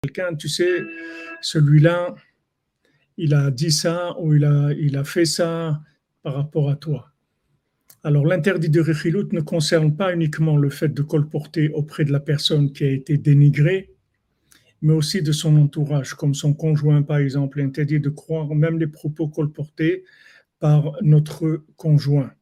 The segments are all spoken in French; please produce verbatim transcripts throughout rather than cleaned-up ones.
quelqu'un, tu sais, celui-là, il a dit ça ou il a, il a fait ça par rapport à toi. Alors, l'interdit de Rechilut ne concerne pas uniquement le fait de colporter auprès de la personne qui a été dénigrée, mais aussi de son entourage, comme son conjoint, par exemple. Interdit de croire même les propos colportés par notre conjoint.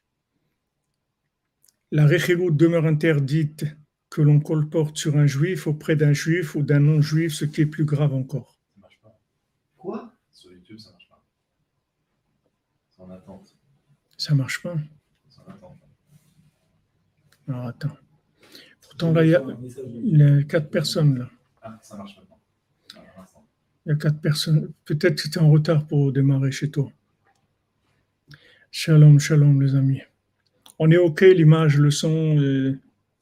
La Rechilut demeure interdite que l'on colporte sur un juif auprès d'un juif ou d'un non-juif, ce qui est plus grave encore. Ça marche pas. Quoi? Sur YouTube, ça marche pas. C'est en attente. Ça marche pas? C'est en attente. Alors attends. Pourtant là, il y a, il y a quatre personnes là. Ah, ça marche maintenant. Alors, un instant. Il y a quatre personnes. Peut-être que tu es en retard pour démarrer chez toi. Shalom, shalom les amis. On est OK, l'image, le son. euh,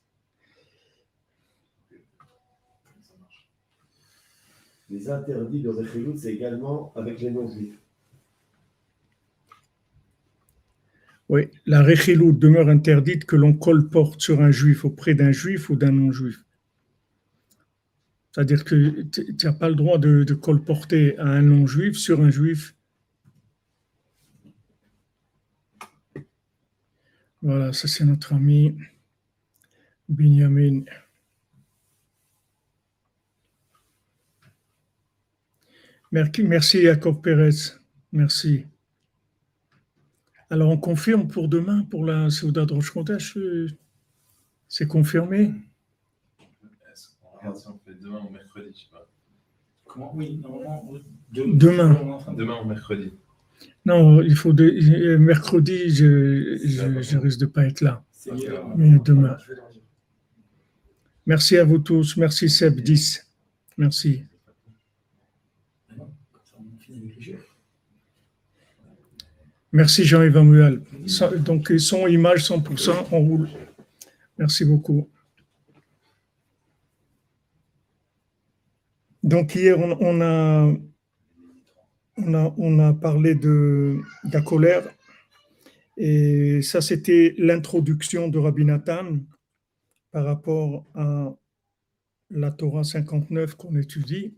Ça marche. Les interdits de Rechilut, c'est également avec les non-juifs. Oui, la Rechilut demeure interdite que l'on colporte sur un juif auprès d'un juif ou d'un non-juif. C'est-à-dire que tu n'as pas le droit de, de colporter à un non-juif sur un juif. Voilà, ça c'est notre ami Binyamin. Merci, merci Jacob Pérez. Merci. Alors on confirme pour demain, pour la Seuda de Rosh Chodesh, euh, c'est confirmé? Est-ce qu'on regarde si on fait demain ou mercredi, je sais pas. Comment? Oui, normalement. Demain. Demain ou mercredi. Non, il faut de, euh, mercredi, je, je, je risque de pas être là. C'est mieux. Mais demain. Je vais leur dire. Merci à vous tous. Merci Seb dix. Merci. Ah non, comme ça, on finit avec les jeux. Merci Jean-Emmanuel. Donc son image cent pour cent, on roule. Merci beaucoup. Donc hier, on, on a, on, a, on a parlé de, de la colère. Et ça, c'était l'introduction de Rabbi Nathan par rapport à la Torah cinquante-neuf qu'on étudie.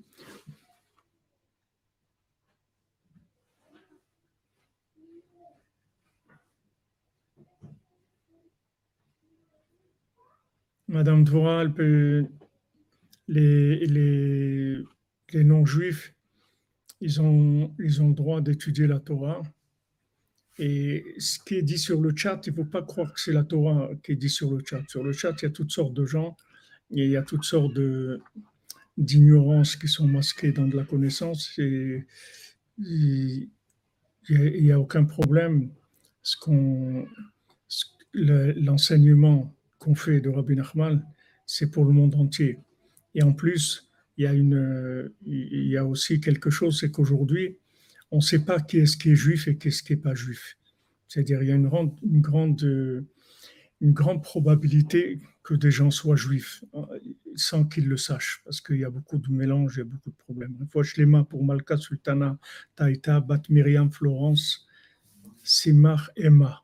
Madame Dvorah, elle peut- les, les, les non-juifs, ils ont, ils ont le droit d'étudier la Torah. Et ce qui est dit sur le chat, il ne faut pas croire que c'est la Torah qui est dit sur le chat. Sur le chat, il y a toutes sortes de gens et il y a toutes sortes de, d'ignorances qui sont masquées dans de la connaissance. Et il n'y a, a aucun problème. Ce qu'on, ce- le- l'enseignement qu'on fait de Rabbi Nachman, c'est pour le monde entier. Et en plus, il y a, une, il y a aussi quelque chose, c'est qu'aujourd'hui, on ne sait pas qui est-ce qui est juif et qui est-ce qui n'est pas juif. C'est-à-dire, il y a une grande, une grande, une grande probabilité que des gens soient juifs sans qu'ils le sachent, parce qu'il y a beaucoup de mélanges, il y a beaucoup de problèmes. Une fois, je les mains pour Malka Sultana, Taïta, Bat Myriam, Florence, Simar, Emma.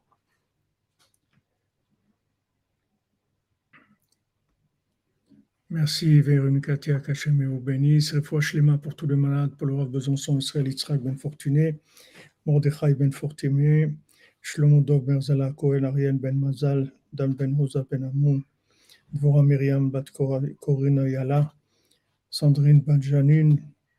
Merci, Véronica Tia, qu'Hachem vous bénisse. Refoua Shlema pour tous les malades, pour le Rav Besançon, Israël Yitzhak Ben Fortuné, Mordechai Ben Fortimé, Shlomo Dov Ben Zala, Kohen Ariel Ben Mazal, Dan Ben Hoza Ben Amoun, Dvora Myriam Bat Corina Yala, Sandrine Bat Janine.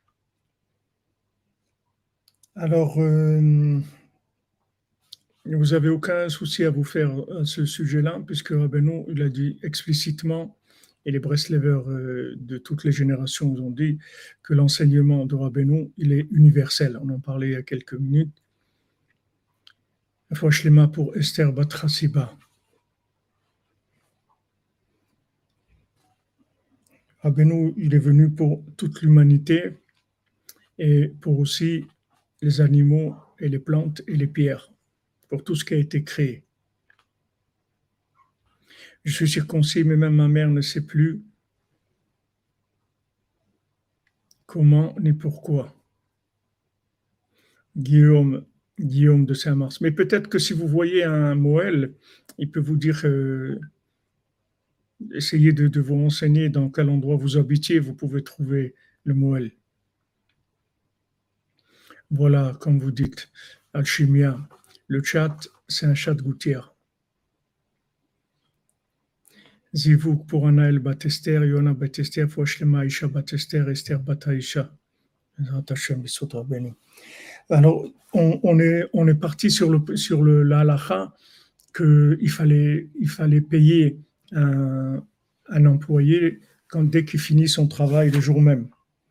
Alors, euh, vous n'avez aucun souci à vous faire à ce sujet-là, puisque Rabbeinu, il a dit explicitement, et les Breslevers euh, de toutes les générations ont dit que l'enseignement de Rabbeinu, il est universel. On en parlait il y a quelques minutes. La fois Shlema pour Esther Bat Chassiba. Rabbeinu, il est venu pour toute l'humanité et pour aussi les animaux et les plantes et les pierres, pour tout ce qui a été créé. Je suis circoncis, mais même ma mère ne sait plus comment ni pourquoi. Guillaume, Guillaume de Saint-Mars. Mais peut-être que si vous voyez un Moël, il peut vous dire, euh, essayez de, de vous renseigner dans quel endroit vous habitiez, vous pouvez trouver le Moël. Voilà, comme vous dites, Alchimia, le chat, c'est un chat de gouttière. Zivuk pour Anaël Batester, Yona Batester, Fouachlema Aisha Batester, Esther Bataïcha. Alors, on, on, est, on est parti sur le sur le la halakha qu'il fallait, il fallait payer un, un employé quand, dès qu'il finit son travail le jour même.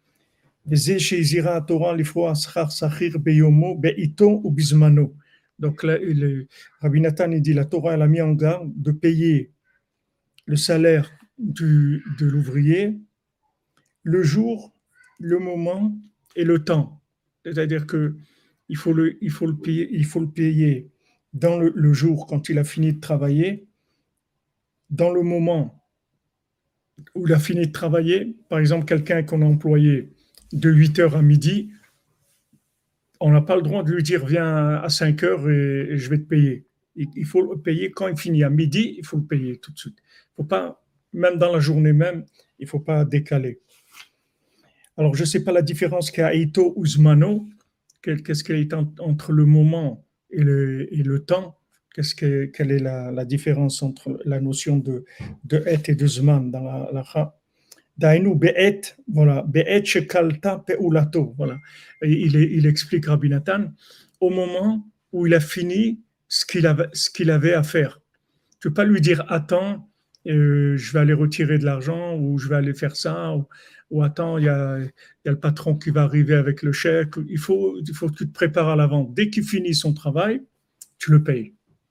Donc là, le, Rabbi Nathan il dit la Torah elle a mis en garde de payer le salaire du, de l'ouvrier le jour, le moment et le temps. C'est-à-dire que il faut le, il faut le payer, il faut le payer dans le, le jour quand il a fini de travailler, dans le moment où il a fini de travailler. Par exemple, quelqu'un qu'on a employé de huit heures à midi, on n'a pas le droit de lui dire viens à cinq heures et, et je vais te payer. Il, il faut le payer quand il finit à midi, il faut le payer tout de suite. Il faut pas, même dans la journée même, il ne faut pas décaler. Alors, je ne sais pas la différence qu'il y a Eito ou Zmano. Qu'est-ce qu'il y a entre le moment et le, et le temps? Qu'est-ce que, quelle est la, la différence entre la notion de, de et et de Zman dans la halakha? Dainu be'et, voilà, be'et shekalta pe'ulato, voilà. Il, il explique Rabbi Nathan, au moment où il a fini ce qu'il avait, ce qu'il avait à faire. Tu ne peux pas lui dire attends, euh, je vais aller retirer de l'argent ou je vais aller faire ça ou, ou attends, il y a, il y a le patron qui va arriver avec le chèque. Il faut, il faut que tu te prépares à l'avant. Dès qu'il finit son travail, tu le payes.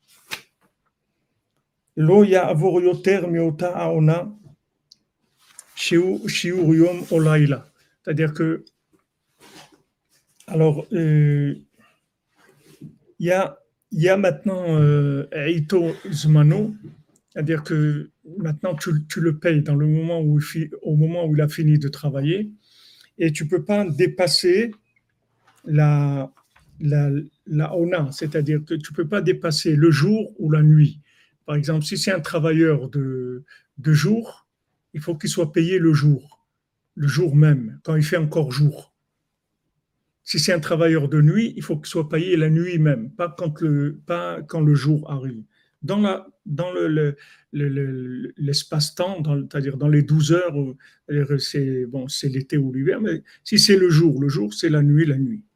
Lo ya'avor yoter miota aona shiur yom olaila. C'est-à-dire que, alors, euh, il y a, il y a maintenant Eito Zmano, c'est-à-dire que maintenant tu, tu le payes dans le moment où, au moment où il a fini de travailler et tu ne peux pas dépasser la, la, la ona, c'est-à-dire que tu ne peux pas dépasser le jour ou la nuit. Par exemple, si c'est un travailleur de, de jour, il faut qu'il soit payé le jour, le jour même, quand il fait encore jour. Si c'est un travailleur de nuit, il faut qu'il soit payé la nuit même, pas quand le, pas quand le jour arrive. Dans, la, dans le, le, le, le, l'espace-temps, dans, c'est-à-dire dans les douze heures, c'est, bon, c'est l'été ou l'hiver, mais si c'est le jour, le jour, c'est la nuit, la nuit.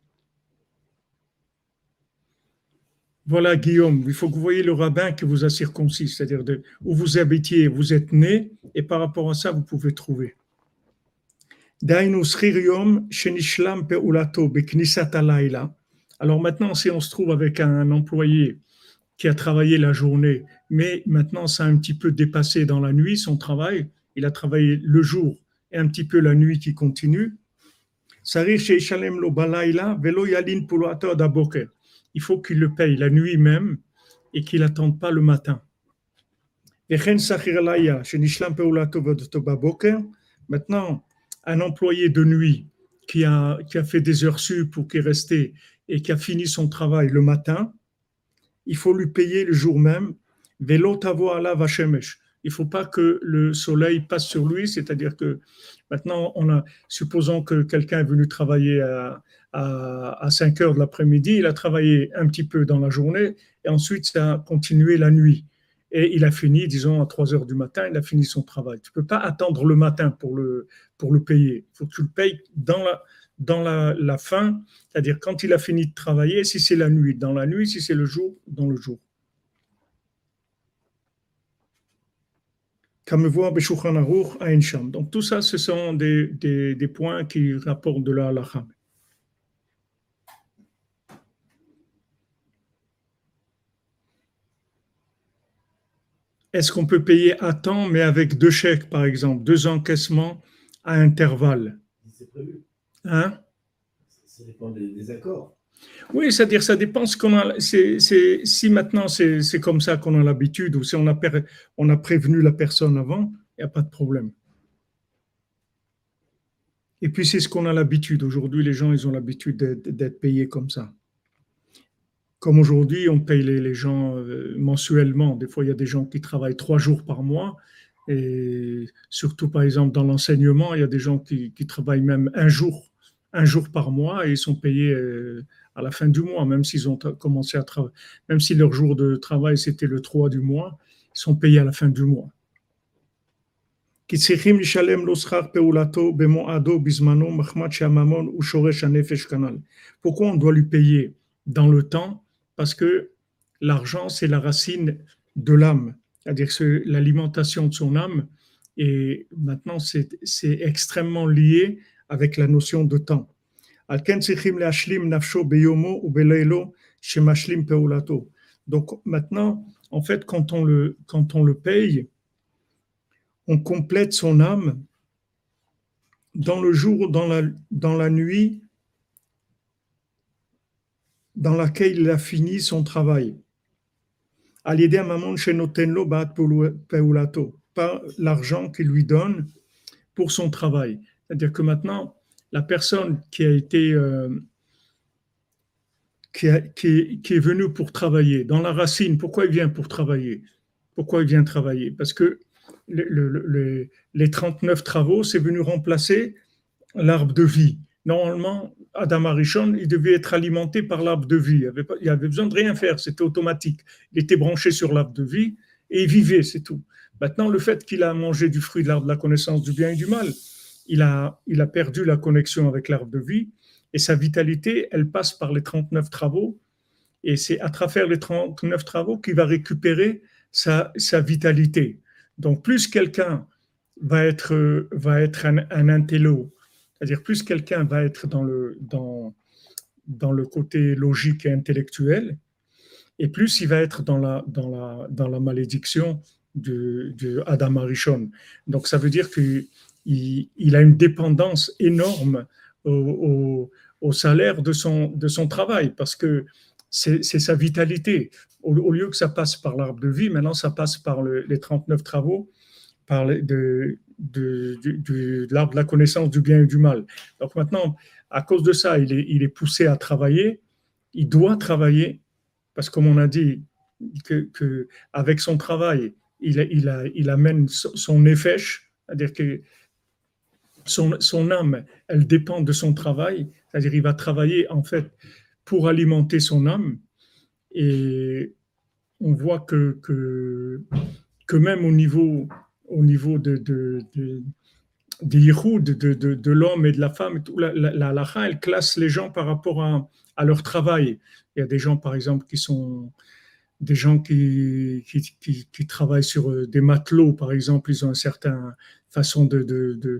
Voilà, Guillaume, il faut que vous voyez le rabbin qui vous a circoncis, c'est-à-dire de, où vous habitiez, vous êtes né, et par rapport à ça, vous pouvez trouver. Alors maintenant, si on se trouve avec un employé qui a travaillé la journée, mais maintenant ça a un petit peu dépassé dans la nuit son travail, il a travaillé le jour et un petit peu la nuit qui continue, il faut qu'il le paye la nuit même et qu'il n'attende pas le matin. Maintenant, un employé de nuit qui a, qui a fait des heures sup ou qui est resté et qui a fini son travail le matin, il faut lui payer le jour même. Il ne faut pas que le soleil passe sur lui, c'est-à-dire que maintenant, on a, supposons que quelqu'un est venu travailler à, à, à cinq heures de l'après-midi, il a travaillé un petit peu dans la journée et ensuite ça a continué la nuit. Et il a fini, disons, à trois heures du matin, il a fini son travail. Tu ne peux pas attendre le matin pour le, pour le payer. Il faut que tu le payes dans la, dans la, la fin, c'est-à-dire quand il a fini de travailler, si c'est la nuit, dans la nuit, si c'est le jour, dans le jour. Donc tout ça, ce sont des, des, des points qui rapportent de la halakha. Est-ce qu'on peut payer à temps, mais avec deux chèques, par exemple, deux encaissements à intervalles? C'est prévu. Hein? Ça dépend des, des accords. Oui, c'est-à-dire ça dépend ce qu'on a. C'est, c'est, si maintenant c'est, c'est comme ça qu'on a l'habitude, ou si on a, per, on a prévenu la personne avant, il n'y a pas de problème. Et puis c'est ce qu'on a l'habitude. Aujourd'hui, les gens, ils ont l'habitude d'être, d'être payés comme ça. Comme aujourd'hui, on paye les, les gens euh, mensuellement. Des fois, il y a des gens qui travaillent trois jours par mois Et surtout, par exemple, dans l'enseignement, il y a des gens qui, qui travaillent même un jour, un jour par mois et ils sont payés euh, à la fin du mois, même s'ils ont commencé à travailler, même si leur jour de travail c'était le trois du mois, ils sont payés à la fin du mois. Pourquoi on doit lui payer dans le temps? Parce que l'argent, c'est la racine de l'âme, c'est-à-dire que l'alimentation de son âme, et maintenant, c'est, c'est extrêmement lié avec la notion de temps. Donc maintenant, en fait, quand on le, quand on le paye, on complète son âme dans le jour, dans la, dans la nuit dans laquelle il a fini son travail. Par l'argent qu'il lui donne pour son travail. C'est-à-dire que maintenant, la personne qui a été euh, qui, a, qui, est, qui est venue pour travailler, dans la racine, pourquoi il vient pour travailler? Pourquoi il vient travailler? Parce que le, le, le, les trente-neuf travaux, c'est venu remplacer l'arbre de vie. Normalement, Adam Arishon, il devait être alimenté par l'arbre de vie. Il avait, pas, il avait besoin de rien faire, c'était automatique. Il était branché sur l'arbre de vie et il vivait, c'est tout. Maintenant, le fait qu'il a mangé du fruit de l'arbre de la connaissance du bien et du mal, il a, il a perdu la connexion avec l'arbre de vie et sa vitalité, elle passe par les trente-neuf travaux et c'est à travers les trente-neuf travaux qu'il va récupérer sa, sa vitalité. Donc, plus quelqu'un va être, va être un, un intello, c'est-à-dire plus quelqu'un va être dans le, dans, dans le côté logique et intellectuel, et plus il va être dans la, dans la, dans la malédiction de, de Adam Arishon. Donc ça veut dire qu'il il a une dépendance énorme au, au, au salaire de son, de son travail, parce que c'est, c'est sa vitalité. Au, au lieu que ça passe par l'arbre de vie, maintenant ça passe par le, les trente-neuf travaux, par de, de, de, de l'arbre de la connaissance du bien et du mal. Donc maintenant, à cause de ça, il est, il est poussé à travailler, il doit travailler, parce que comme on a dit, que, que avec son travail, il, il, a, il amène son nefesh, c'est-à-dire que son, son âme, elle dépend de son travail, c'est-à-dire qu'il va travailler en fait pour alimenter son âme, et on voit que, que, que même au niveau au niveau de, de, de, des yichoud, de, de, de l'homme et de la femme, la, la, la halakha, elle classe les gens par rapport à, à leur travail. Il y a des gens, par exemple, qui sont des gens qui, qui, qui, qui travaillent sur des matelots, par exemple, ils ont une certaine façon de, de, de,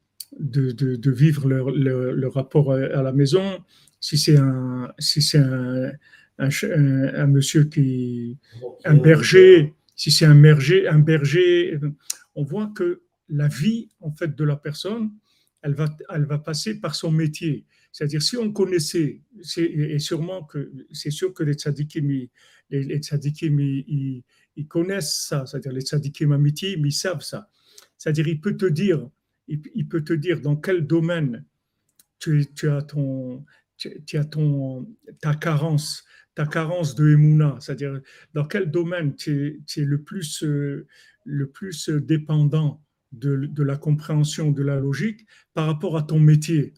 de, de, de vivre leur, leur, leur rapport à la maison. Si c'est un, si c'est un, un, un, un monsieur qui, un berger, si c'est un berger, un berger, on voit que la vie en fait de la personne, elle va, elle va passer par son métier. C'est-à-dire si on connaissait, c'est, et sûrement que c'est sûr que les tzadikim, les, les tzadikim, ils, ils connaissent ça, c'est-à-dire les tzadikim amitiés, ils savent ça. C'est-à-dire il peut te dire, il, il peut te dire dans quel domaine tu, tu as ton, tu, tu as ton, ta carence. ta carence de Emouna, c'est-à-dire dans quel domaine tu es, tu es le, plus, euh, le plus dépendant de, de la compréhension de la logique par rapport à ton métier.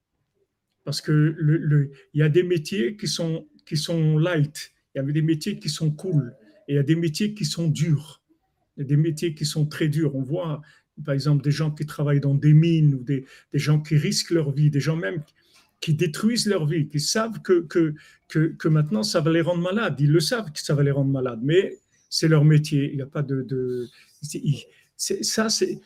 Parce que le, le, il y a des métiers qui sont, qui sont light, il y a des métiers qui sont cool, et il y a des métiers qui sont durs, il y a des métiers qui sont très durs. On voit, par exemple, des gens qui travaillent dans des mines, ou des, des gens qui risquent leur vie, des gens même qui détruisent leur vie, qui savent que, que, que, que maintenant ça va les rendre malades. Ils le savent que ça va les rendre malades, mais c'est leur métier. Il n'y a pas de... de c'est, c'est, ça, c'est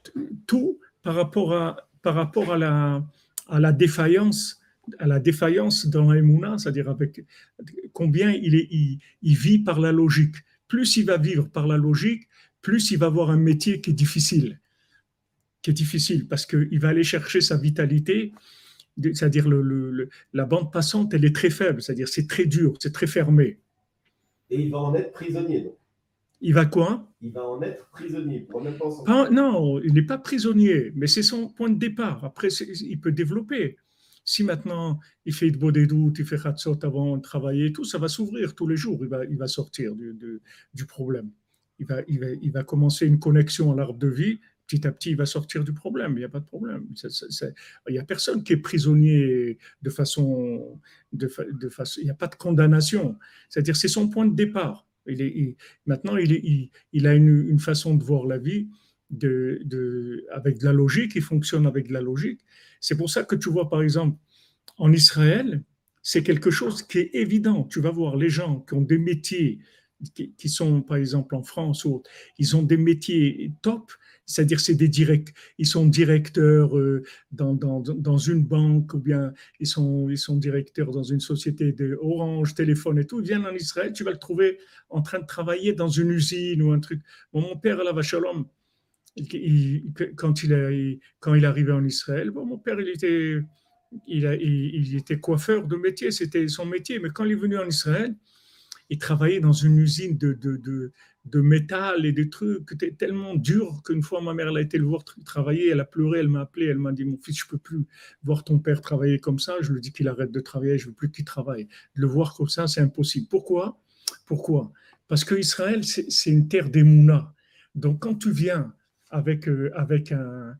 tout par rapport à, par rapport à, la, à la défaillance, à la défaillance dans l'Emouna, c'est-à-dire avec combien il, est, il, il vit par la logique. Plus il va vivre par la logique, plus il va avoir un métier qui est difficile, qui est difficile, parce qu'il va aller chercher sa vitalité. C'est-à-dire le, le, le, la bande passante, elle est très faible, c'est-à-dire c'est très dur, c'est très fermé. Et il va en être prisonnier, donc. Il va quoi? Il va en être prisonnier. Pour même pas pas, non, il n'est pas prisonnier, mais c'est son point de départ. Après, il peut développer. Si maintenant il fait de des doutes, il fait khatsot avant de travailler, tout ça va s'ouvrir tous les jours. Il va, il va sortir du, du, du problème. il va, il va, il va commencer une connexion à l'arbre de vie. Petit à petit, il va sortir du problème. Il n'y a pas de problème. Ça, ça, ça, il n'y a personne qui est prisonnier de façon, de, de façon. Il n'y a pas de condamnation. C'est-à-dire, c'est son point de départ. Il est, il, maintenant, il, est, il, il a une, une façon de voir la vie de, de, avec de la logique. Il fonctionne avec de la logique. C'est pour ça que tu vois, par exemple, en Israël, c'est quelque chose qui est évident. Tu vas voir les gens qui ont des métiers qui, qui sont, par exemple, en France ou autre, ils ont des métiers top. C'est-à-dire, c'est des directs, ils sont directeurs euh, dans, dans, dans une banque ou bien ils sont, ils sont directeurs dans une société de Orange, téléphone et tout. Ils viennent en Israël, tu vas le trouver en train de travailler dans une usine ou un truc. Bon, mon père, là, Vachalom, il, il, quand, il a, il, quand il est arrivé en Israël, bon, mon père, il était, il, a, il, il était coiffeur de métier, c'était son métier. Mais quand il est venu en Israël, il travaillait dans une usine de, de, de, de métal et des trucs qui étaient tellement durs qu'une fois ma mère elle a été le voir travailler, elle a pleuré, elle m'a appelé, elle m'a dit mon fils, je ne peux plus voir ton père travailler comme ça, je lui dis qu'il arrête de travailler, je ne veux plus qu'il travaille. De le voir comme ça, c'est impossible. Pourquoi? Pourquoi? Parce qu'Israël, c'est, c'est une terre d'Emouna. Donc quand tu viens avec, euh, avec un,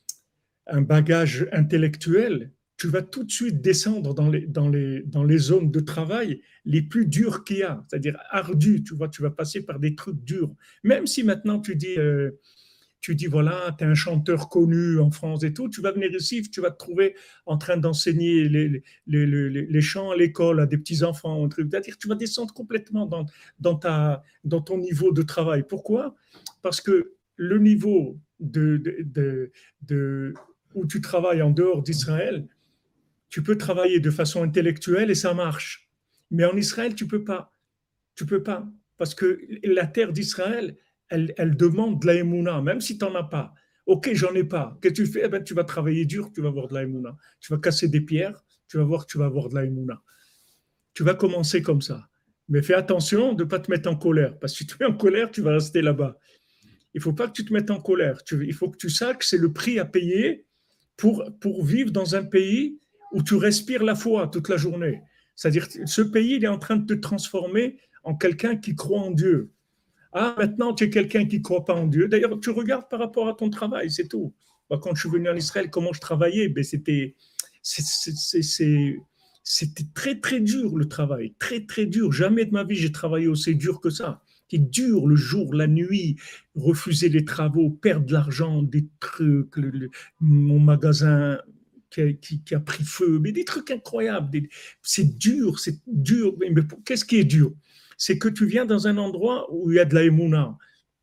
un bagage intellectuel, tu vas tout de suite descendre dans les, dans les, dans les zones de travail les plus dures qu'il y a, c'est-à-dire ardues, tu vois, tu vas passer par des trucs durs. Même si maintenant tu dis, euh, tu dis voilà, tu es un chanteur connu en France et tout, tu vas venir ici, tu vas te trouver en train d'enseigner les, les, les, les, les chants à l'école à des petits-enfants, c'est-à-dire tu vas descendre complètement dans, dans, ta, dans ton niveau de travail. Pourquoi? Parce que le niveau de, de, de, de, où tu travailles en dehors d'Israël, tu peux travailler de façon intellectuelle et ça marche. Mais en Israël, tu peux pas. Tu peux pas. Parce que la terre d'Israël, elle, elle demande de la émouna, même si tu n'en as pas. Ok, j'en ai pas. Qu'est-ce que tu fais? Eh ben, tu vas travailler dur, tu vas avoir de la émouna. Tu vas casser des pierres, tu vas voir que tu vas avoir de la émouna. Tu vas commencer comme ça. Mais fais attention de ne pas te mettre en colère. Parce que si tu es en colère, tu vas rester là-bas. Il ne faut pas que tu te mettes en colère. Tu, il faut que tu saches que c'est le prix à payer pour, pour vivre dans un pays où tu respires la foi toute la journée. C'est-à-dire que ce pays, il est en train de te transformer en quelqu'un qui croit en Dieu. Ah, maintenant, tu es quelqu'un qui ne croit pas en Dieu. D'ailleurs, tu regardes par rapport à ton travail, c'est tout. Moi, quand je suis venu en Israël, comment je travaillais, ben, c'était, c'est, c'est, c'est, c'était très, très dur le travail. Très, très dur. Jamais de ma vie, j'ai travaillé aussi dur que ça. C'est dur le jour, la nuit, refuser les travaux, perdre de l'argent, des trucs, le, le, mon magasin qui a, qui, qui a pris feu, mais des trucs incroyables. Des, c'est dur, c'est dur. Mais qu'est-ce qui est dur? C'est que tu viens dans un endroit où il y a de la émouna.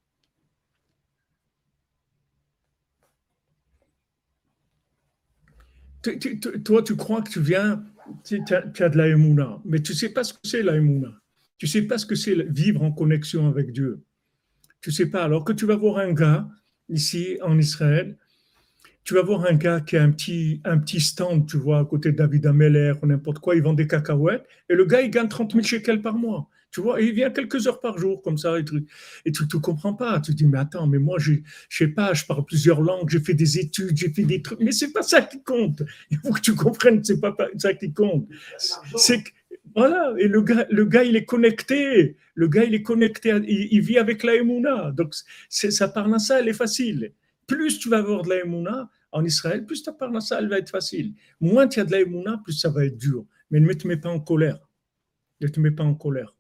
Tu, tu, toi, tu crois que tu viens, tu as, tu as de la émouna, mais tu ne sais pas ce que c'est la émouna. Tu ne sais pas ce que c'est vivre en connexion avec Dieu. Tu ne sais pas. Alors que tu vas voir un gars, ici en Israël, tu vas voir un gars qui a un petit, un petit stand, tu vois, à côté de David Ameller ou n'importe quoi, il vend des cacahuètes, et le gars, il gagne trente mille shekels par mois. Tu vois, et il vient quelques heures par jour, comme ça, et tu et tu ne comprends pas. Tu te dis, mais attends, mais moi, je ne sais pas, je parle plusieurs langues, j'ai fait des études, j'ai fait des trucs, mais ce n'est pas ça qui compte. Il faut que tu comprennes que ce n'est pas ça qui compte. C'est que, voilà, et le gars, le gars, il est connecté. Le gars, il est connecté, à, il, il vit avec la Emouna. Donc, c'est, ça parle à ça, elle est facile. Plus tu vas avoir de la Emouna en Israël, plus ta parole à ça, elle va être facile. Moins tu as de la Emouna, plus ça va être dur. Mais ne te mets pas en colère. Ne te mets pas en colère.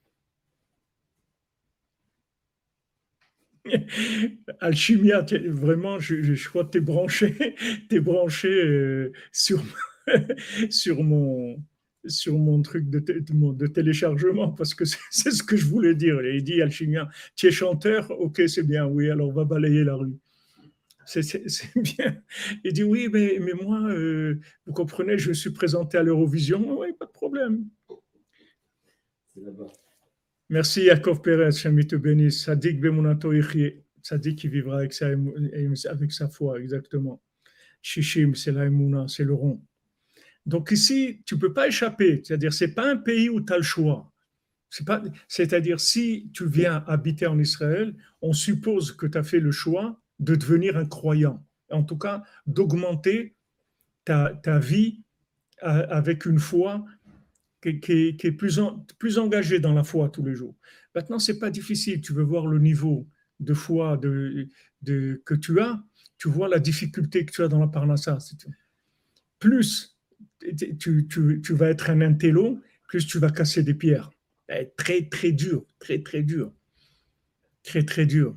Alchimia, vraiment, je, je, je crois que tu es branché, t'es branché euh, sur, sur, mon, sur mon truc de, de, de téléchargement, parce que c'est, c'est ce que je voulais dire. Il dit, Alchimia, tu es chanteur? Ok, c'est bien, oui, alors on va balayer la rue. C'est, c'est, c'est bien. Il dit, oui, mais, mais moi, euh, vous comprenez, je suis présenté à l'Eurovision. Oui, pas de problème. C'est là-bas. Merci Yaakov Pérez, Shamit te bénisse. Sadik Bemunato Ichie. Sadik qui vivra avec sa, avec sa foi, exactement. Shishim, c'est la Emouna, c'est le rond. Donc ici, tu ne peux pas échapper. C'est-à-dire, ce n'est pas un pays où tu as le choix. C'est pas, c'est-à-dire, si tu viens habiter en Israël, on suppose que tu as fait le choix de devenir un croyant. En tout cas, d'augmenter ta, ta vie avec une foi qui, qui, qui est plus, en, plus engagée dans la foi tous les jours. Maintenant, c'est pas difficile. Tu veux voir le niveau de foi de, de, que tu as, tu vois la difficulté que tu as dans la parnassa. Plus tu, tu, tu vas être un intello, plus tu vas casser des pierres. Très, très dur, très, très dur. Très, très dur.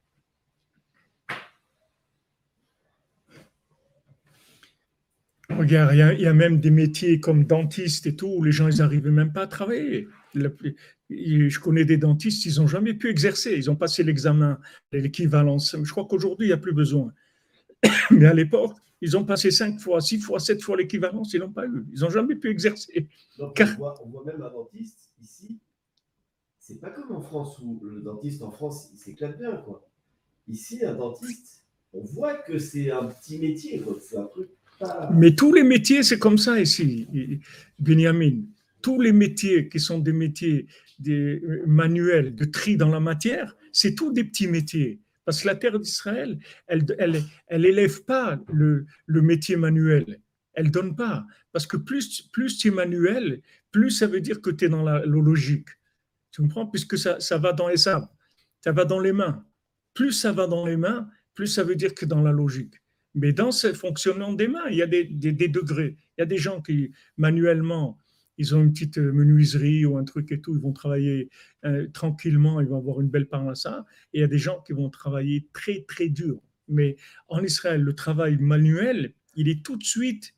Regarde, il y, a, il y a même des métiers comme dentiste et tout, où les gens, ils n'arrivaient même pas à travailler. Je connais des dentistes, ils n'ont jamais pu exercer. Ils ont passé l'examen, l'équivalence. Je crois qu'aujourd'hui, il n'y a plus besoin. Mais à l'époque, ils ont passé cinq fois, six fois, sept fois l'équivalence, ils n'ont pas eu. Ils n'ont jamais pu exercer. Donc, Car... on, voit, on voit même un dentiste ici. C'est pas comme en France où le dentiste en France, il s'éclate bien, quoi. Ici, un dentiste, on voit que c'est un petit métier, quoi. C'est un truc pas... Mais tous les métiers, c'est comme ça ici, Benjamin. Tous les métiers qui sont des métiers des manuels, de tri dans la matière, c'est tous des petits métiers. Parce que la terre d'Israël, elle elle, elle élève pas le, le métier manuel. Elle donne pas. Parce que plus, plus tu es manuel, plus ça veut dire que tu es dans la, la logique. Tu comprends? Puisque ça, ça va dans les sables, ça va dans les mains. Plus ça va dans les mains, plus ça veut dire que dans la logique. Mais dans ce fonctionnement des mains, il y a des, des, des degrés. Il y a des gens qui, manuellement, ils ont une petite menuiserie ou un truc et tout, ils vont travailler euh, tranquillement, ils vont avoir une belle parnassa. Et il y a des gens qui vont travailler très, très dur. Mais en Israël, le travail manuel, il est tout de suite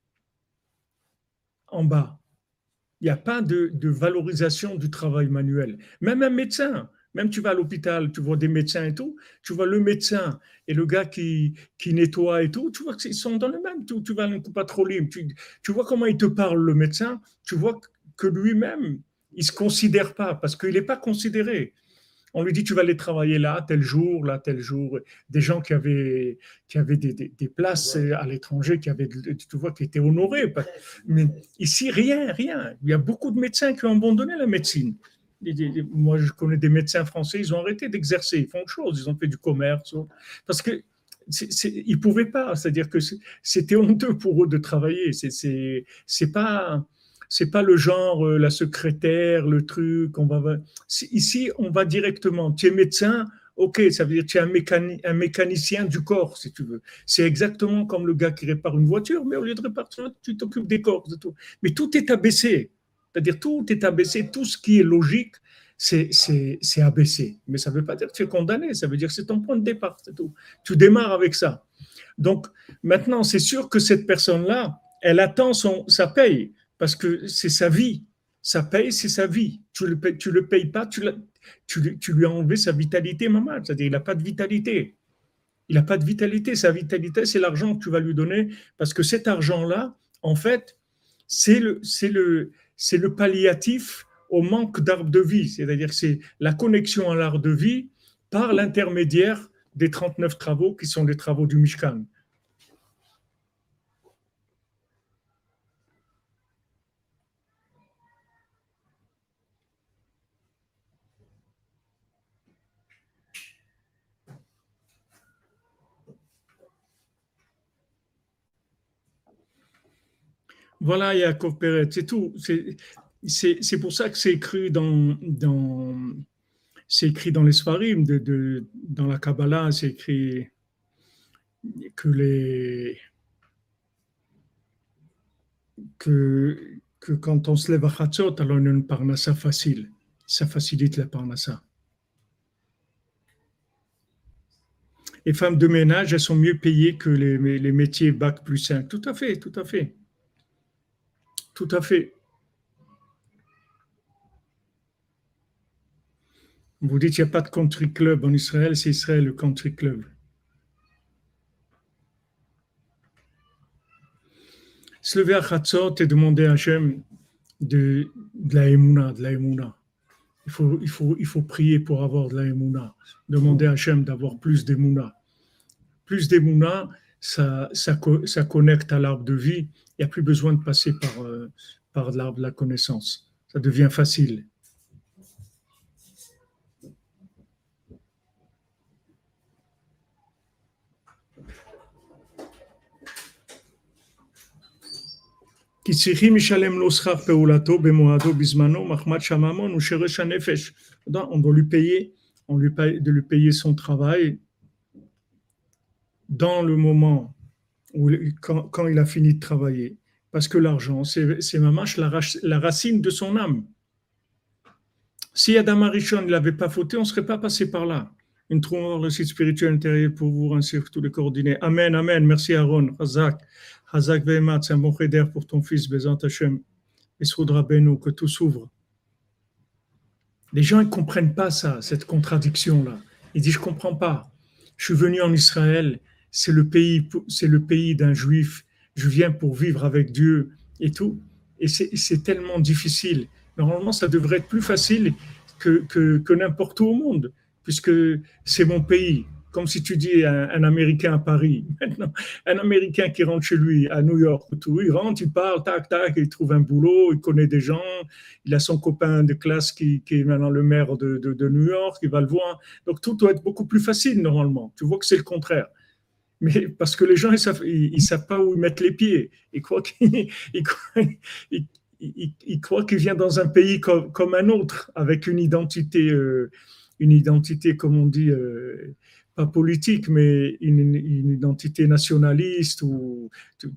en bas. Il n'y a pas de, de valorisation du travail manuel. Même un médecin, même tu vas à l'hôpital, tu vois des médecins et tout, tu vois le médecin et le gars qui, qui nettoie et tout, tu vois qu'ils sont dans le même. Tu, tu vas à un patrolime, tu, tu vois comment il te parle, le médecin, tu vois que lui-même, il ne se considère pas parce qu'il n'est pas considéré. On lui dit, tu vas aller travailler là, tel jour, là, tel jour. Des gens qui avaient, qui avaient des, des, des places à l'étranger, qui avaient, tu vois, qui étaient honorés. Mais ici, rien, rien. Il y a beaucoup de médecins qui ont abandonné la médecine. Moi, je connais des médecins français, ils ont arrêté d'exercer, ils font autre chose, ils ont fait du commerce. Parce que c'est, c'est, ils ne pouvaient pas, c'est-à-dire que c'était honteux pour eux de travailler. C'est, c'est, c'est pas... C'est pas le genre, euh, la secrétaire, le truc. On va, ici, on va directement. Tu es médecin, ok, ça veut dire que tu es un, mécani, un mécanicien du corps, si tu veux. C'est exactement comme le gars qui répare une voiture, mais au lieu de réparer, tu t'occupes des corps. De tout. Mais tout est abaissé. C'est-à-dire tout est abaissé. Tout ce qui est logique, c'est, c'est, c'est abaissé. Mais ça ne veut pas dire que tu es condamné. Ça veut dire que c'est ton point de départ. C'est tout. Tu démarres avec ça. Donc, maintenant, c'est sûr que cette personne-là, elle attend son, sa paye. Parce que c'est sa vie. Ça paye, c'est sa vie. Tu ne le, payes, tu le payes pas, tu, tu, tu, lui as enlevé sa vitalité maman. C'est-à-dire qu'il n'a pas de vitalité. Il n'a pas de vitalité. Sa vitalité, c'est l'argent que tu vas lui donner. Parce que cet argent-là, en fait, c'est le, c'est le, c'est le palliatif au manque d'arbre de vie. C'est-à-dire que c'est la connexion à l'arbre de vie par l'intermédiaire des trente-neuf travaux qui sont les travaux du Mishkan. Voilà, Yaakov Pérez, c'est tout. C'est, c'est, c'est pour ça que c'est écrit dans, dans, c'est écrit dans les Sfarim, de, de, dans la Kabbalah, c'est écrit que, les, que, que quand on se lève à Chatzot, alors on a une parnassa facile. Ça facilite la parnassa. Les femmes de ménage, elles sont mieux payées que les, les métiers bac plus cinq. Tout à fait, tout à fait. Tout à fait. Vous dites qu'il n'y a pas de country club en Israël, c'est Israël le country club. Se lever à Chatzot et demander à Hachem de, de la émouna, de la émouna. Il faut, il, faut, il faut prier pour avoir de la émouna. Demander à Hachem d'avoir plus d'émouna. Plus d'émouna, ça, ça, ça connecte à l'arbre de vie. Il n'y a plus besoin de passer par, euh, par l'arbre de la connaissance. Ça devient facile. כי צריכים לשלם לו שכר פעולתו במועדו בזמנו, מחמת שממון הוא שרש הנפש. On doit lui payer, on lui paye, de lui payer son travail dans le moment où, quand, quand il a fini de travailler. Parce que l'argent, c'est, c'est mamash la, la racine de son âme. Si Adam Arishon ne l'avait pas fauté, on ne serait pas passé par là. Une trou le site spirituel intérieur pour vous, ainsi que tous les coordonnées. Amen, amen. Merci Aaron, Hazak. Hazak Vehemat, c'est un bon cheder pour ton fils, Bezant Hashem. Esroud Rabbeinu, que tout s'ouvre. Les gens ne comprennent pas ça, cette contradiction-là. Ils disent, je ne comprends pas. Je suis venu en Israël, c'est le pays, c'est le pays d'un juif. Je viens pour vivre avec Dieu et tout. Et c'est, c'est tellement difficile. Normalement, ça devrait être plus facile que, que, que n'importe où au monde, puisque c'est mon pays. Comme si tu dis un, un Américain à Paris. Maintenant, un Américain qui rentre chez lui à New York, tout, il rentre, il parle, tac, tac, il trouve un boulot, il connaît des gens, il a son copain de classe qui, qui est maintenant le maire de, de, de New York, il va le voir. Donc tout doit être beaucoup plus facile normalement. Tu vois que c'est le contraire. Mais parce que les gens, ils savent, ils, ils savent pas où ils mettent les pieds. Ils croient qu'ils, ils croient, ils, ils, ils croient qu'ils viennent dans un pays comme, comme un autre, avec une identité, euh, une identité, comme on dit, euh, pas politique, mais une, une identité nationaliste ou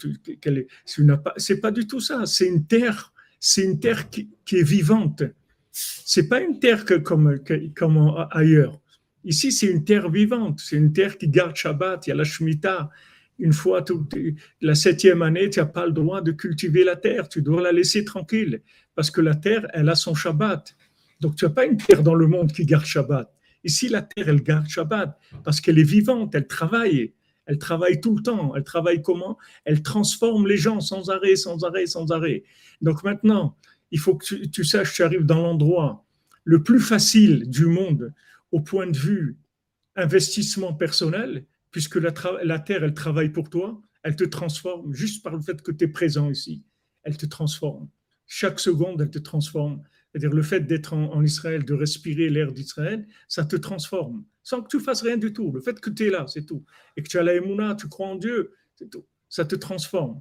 c'est, une, c'est pas du tout ça. C'est une terre, c'est une terre qui, qui est vivante. C'est pas une terre que, comme, que, comme ailleurs. Ici, c'est une terre vivante. C'est une terre qui garde Shabbat. Il y a la Shemitah. Une fois toute, la septième année, tu n'as pas le droit de cultiver la terre. Tu dois la laisser tranquille parce que la terre, elle a son Shabbat. Donc, tu n'as pas une terre dans le monde qui garde Shabbat. Ici, la terre, elle garde Shabbat parce qu'elle est vivante, elle travaille. Elle travaille tout le temps. Elle travaille comment? Elle transforme les gens sans arrêt, sans arrêt, sans arrêt. Donc maintenant, il faut que tu, tu saches que tu arrives dans l'endroit le plus facile du monde au point de vue investissement personnel, puisque la, tra- la terre, elle travaille pour toi, elle te transforme juste par le fait que tu es présent ici. Elle te transforme. Chaque seconde, elle te transforme. C'est-à-dire le fait d'être en, en Israël, de respirer l'air d'Israël, ça te transforme, sans que tu fasses rien du tout. Le fait que tu es là, c'est tout. Et que tu as la émouna, tu crois en Dieu, c'est tout. Ça te transforme.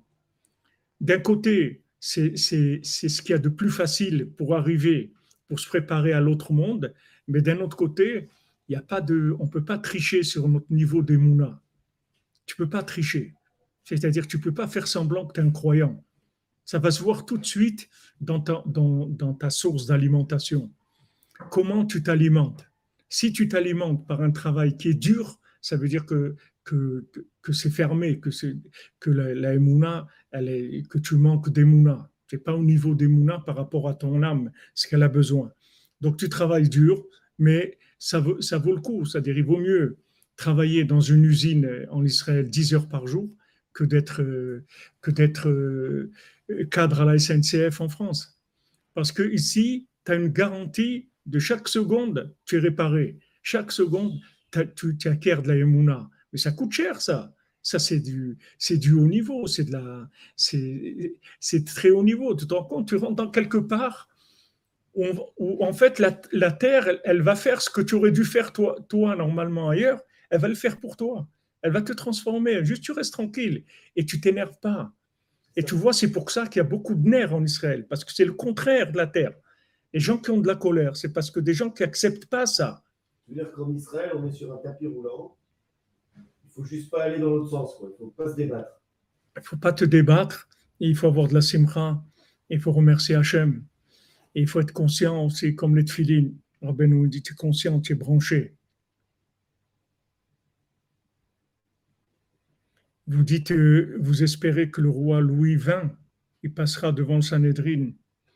D'un côté, c'est, c'est, c'est ce qu'il y a de plus facile pour arriver, pour se préparer à l'autre monde, mais d'un autre côté, il y a pas de, on ne peut pas tricher sur notre niveau d'émouna. Tu ne peux pas tricher. C'est-à-dire que tu ne peux pas faire semblant que tu es un croyant. Ça va se voir tout de suite dans ta, dans, dans ta source d'alimentation. Comment tu t'alimentes? Si tu t'alimentes par un travail qui est dur, ça veut dire que, que, que, que c'est fermé, que, c'est, que la, la émouna, elle est, que tu manques d'émouna. Tu n'es pas au niveau d'émouna par rapport à ton âme, ce qu'elle a besoin. Donc tu travailles dur, mais ça vaut, ça vaut le coup. C'est-à-dire il vaut mieux travailler dans une usine en Israël dix heures par jour que d'être, que d'être cadre à la S N C F en France. Parce que ici, tu as une garantie de chaque seconde, tu es réparé. Chaque seconde, tu, tu acquiers de la émouna. Mais ça coûte cher, ça. Ça, c'est du, c'est du haut niveau. C'est, de la, c'est, c'est très haut niveau. Tu te rends compte, tu rentres dans quelque part où, où en fait, la, la terre, elle, elle va faire ce que tu aurais dû faire toi, toi, normalement, ailleurs. Elle va le faire pour toi. Elle va te transformer. Juste, tu restes tranquille et tu t'énerves pas. Et tu vois, c'est pour ça qu'il y a beaucoup de nerfs en Israël, parce que c'est le contraire de la terre. Les gens qui ont de la colère, c'est parce que des gens qui n'acceptent pas ça. Tu veux dire qu'en Israël, on est sur un tapis roulant, il ne faut juste pas aller dans l'autre sens, quoi. Il ne faut pas se débattre. Il ne faut pas te débattre, il faut avoir de la simcha, il faut remercier Hachem. Et il faut être conscient aussi, comme les tefilines. Rabbi nous dit, tu es conscient, tu es branché. Vous dites, euh, vous espérez que le roi Louis vingt, il passera devant le Sanhédrin.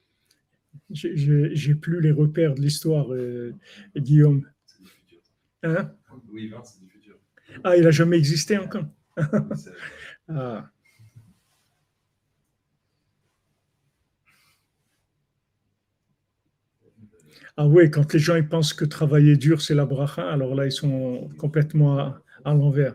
J'ai plus les repères de l'histoire, euh, Guillaume. C'est du futur. Hein? Louis vingt, c'est du futur. Ah, il n'a jamais existé encore. Ah. Ah oui, quand les gens ils pensent que travailler dur, c'est la bracha, alors là, ils sont complètement à, à l'envers.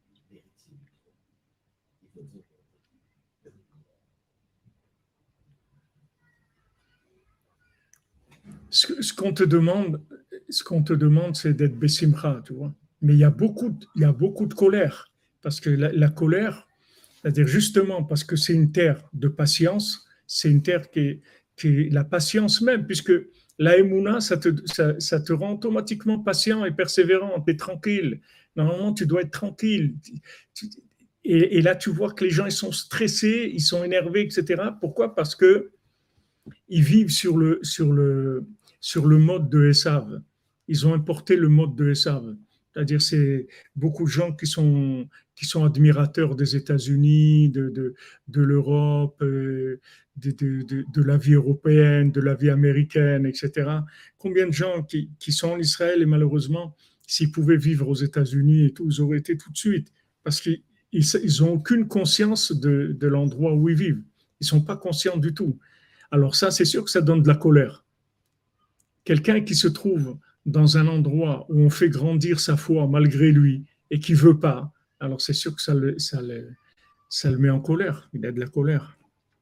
Ce, ce qu'on te demande, ce qu'on te demande, c'est d'être bessimcha, tu vois. Mais il y a beaucoup, de, il y a beaucoup de colère, parce que la, la colère, C'est-à-dire justement parce que c'est une terre de patience, c'est une terre qui est, qui est la patience même, puisque la émouna, ça te, ça, ça te rend automatiquement patient et persévérant, tu es tranquille. Normalement, tu dois être tranquille. Et, et là, tu vois que les gens, ils sont stressés, ils sont énervés, et cetera. Pourquoi? Parce que ils vivent sur le, sur le, sur le mode de Esav. Ils ont importé le mode de Esav. C'est-à-dire, c'est beaucoup de gens qui sont, qui sont admirateurs des États-Unis, de, de, de l'Europe, euh, de, de, de, de la vie européenne, de la vie américaine, et cetera. Combien de gens qui, qui sont en Israël et malheureusement, s'ils pouvaient vivre aux États-Unis et tout, ils auraient été tout de suite. Parce qu'ils n'ont aucune conscience de, de l'endroit où ils vivent. Ils ne sont pas conscients du tout. Alors ça, c'est sûr que ça donne de la colère. Quelqu'un qui se trouve dans un endroit où on fait grandir sa foi malgré lui et qui ne veut pas, alors c'est sûr que ça le, ça, le, ça le met en colère. Il a de la colère.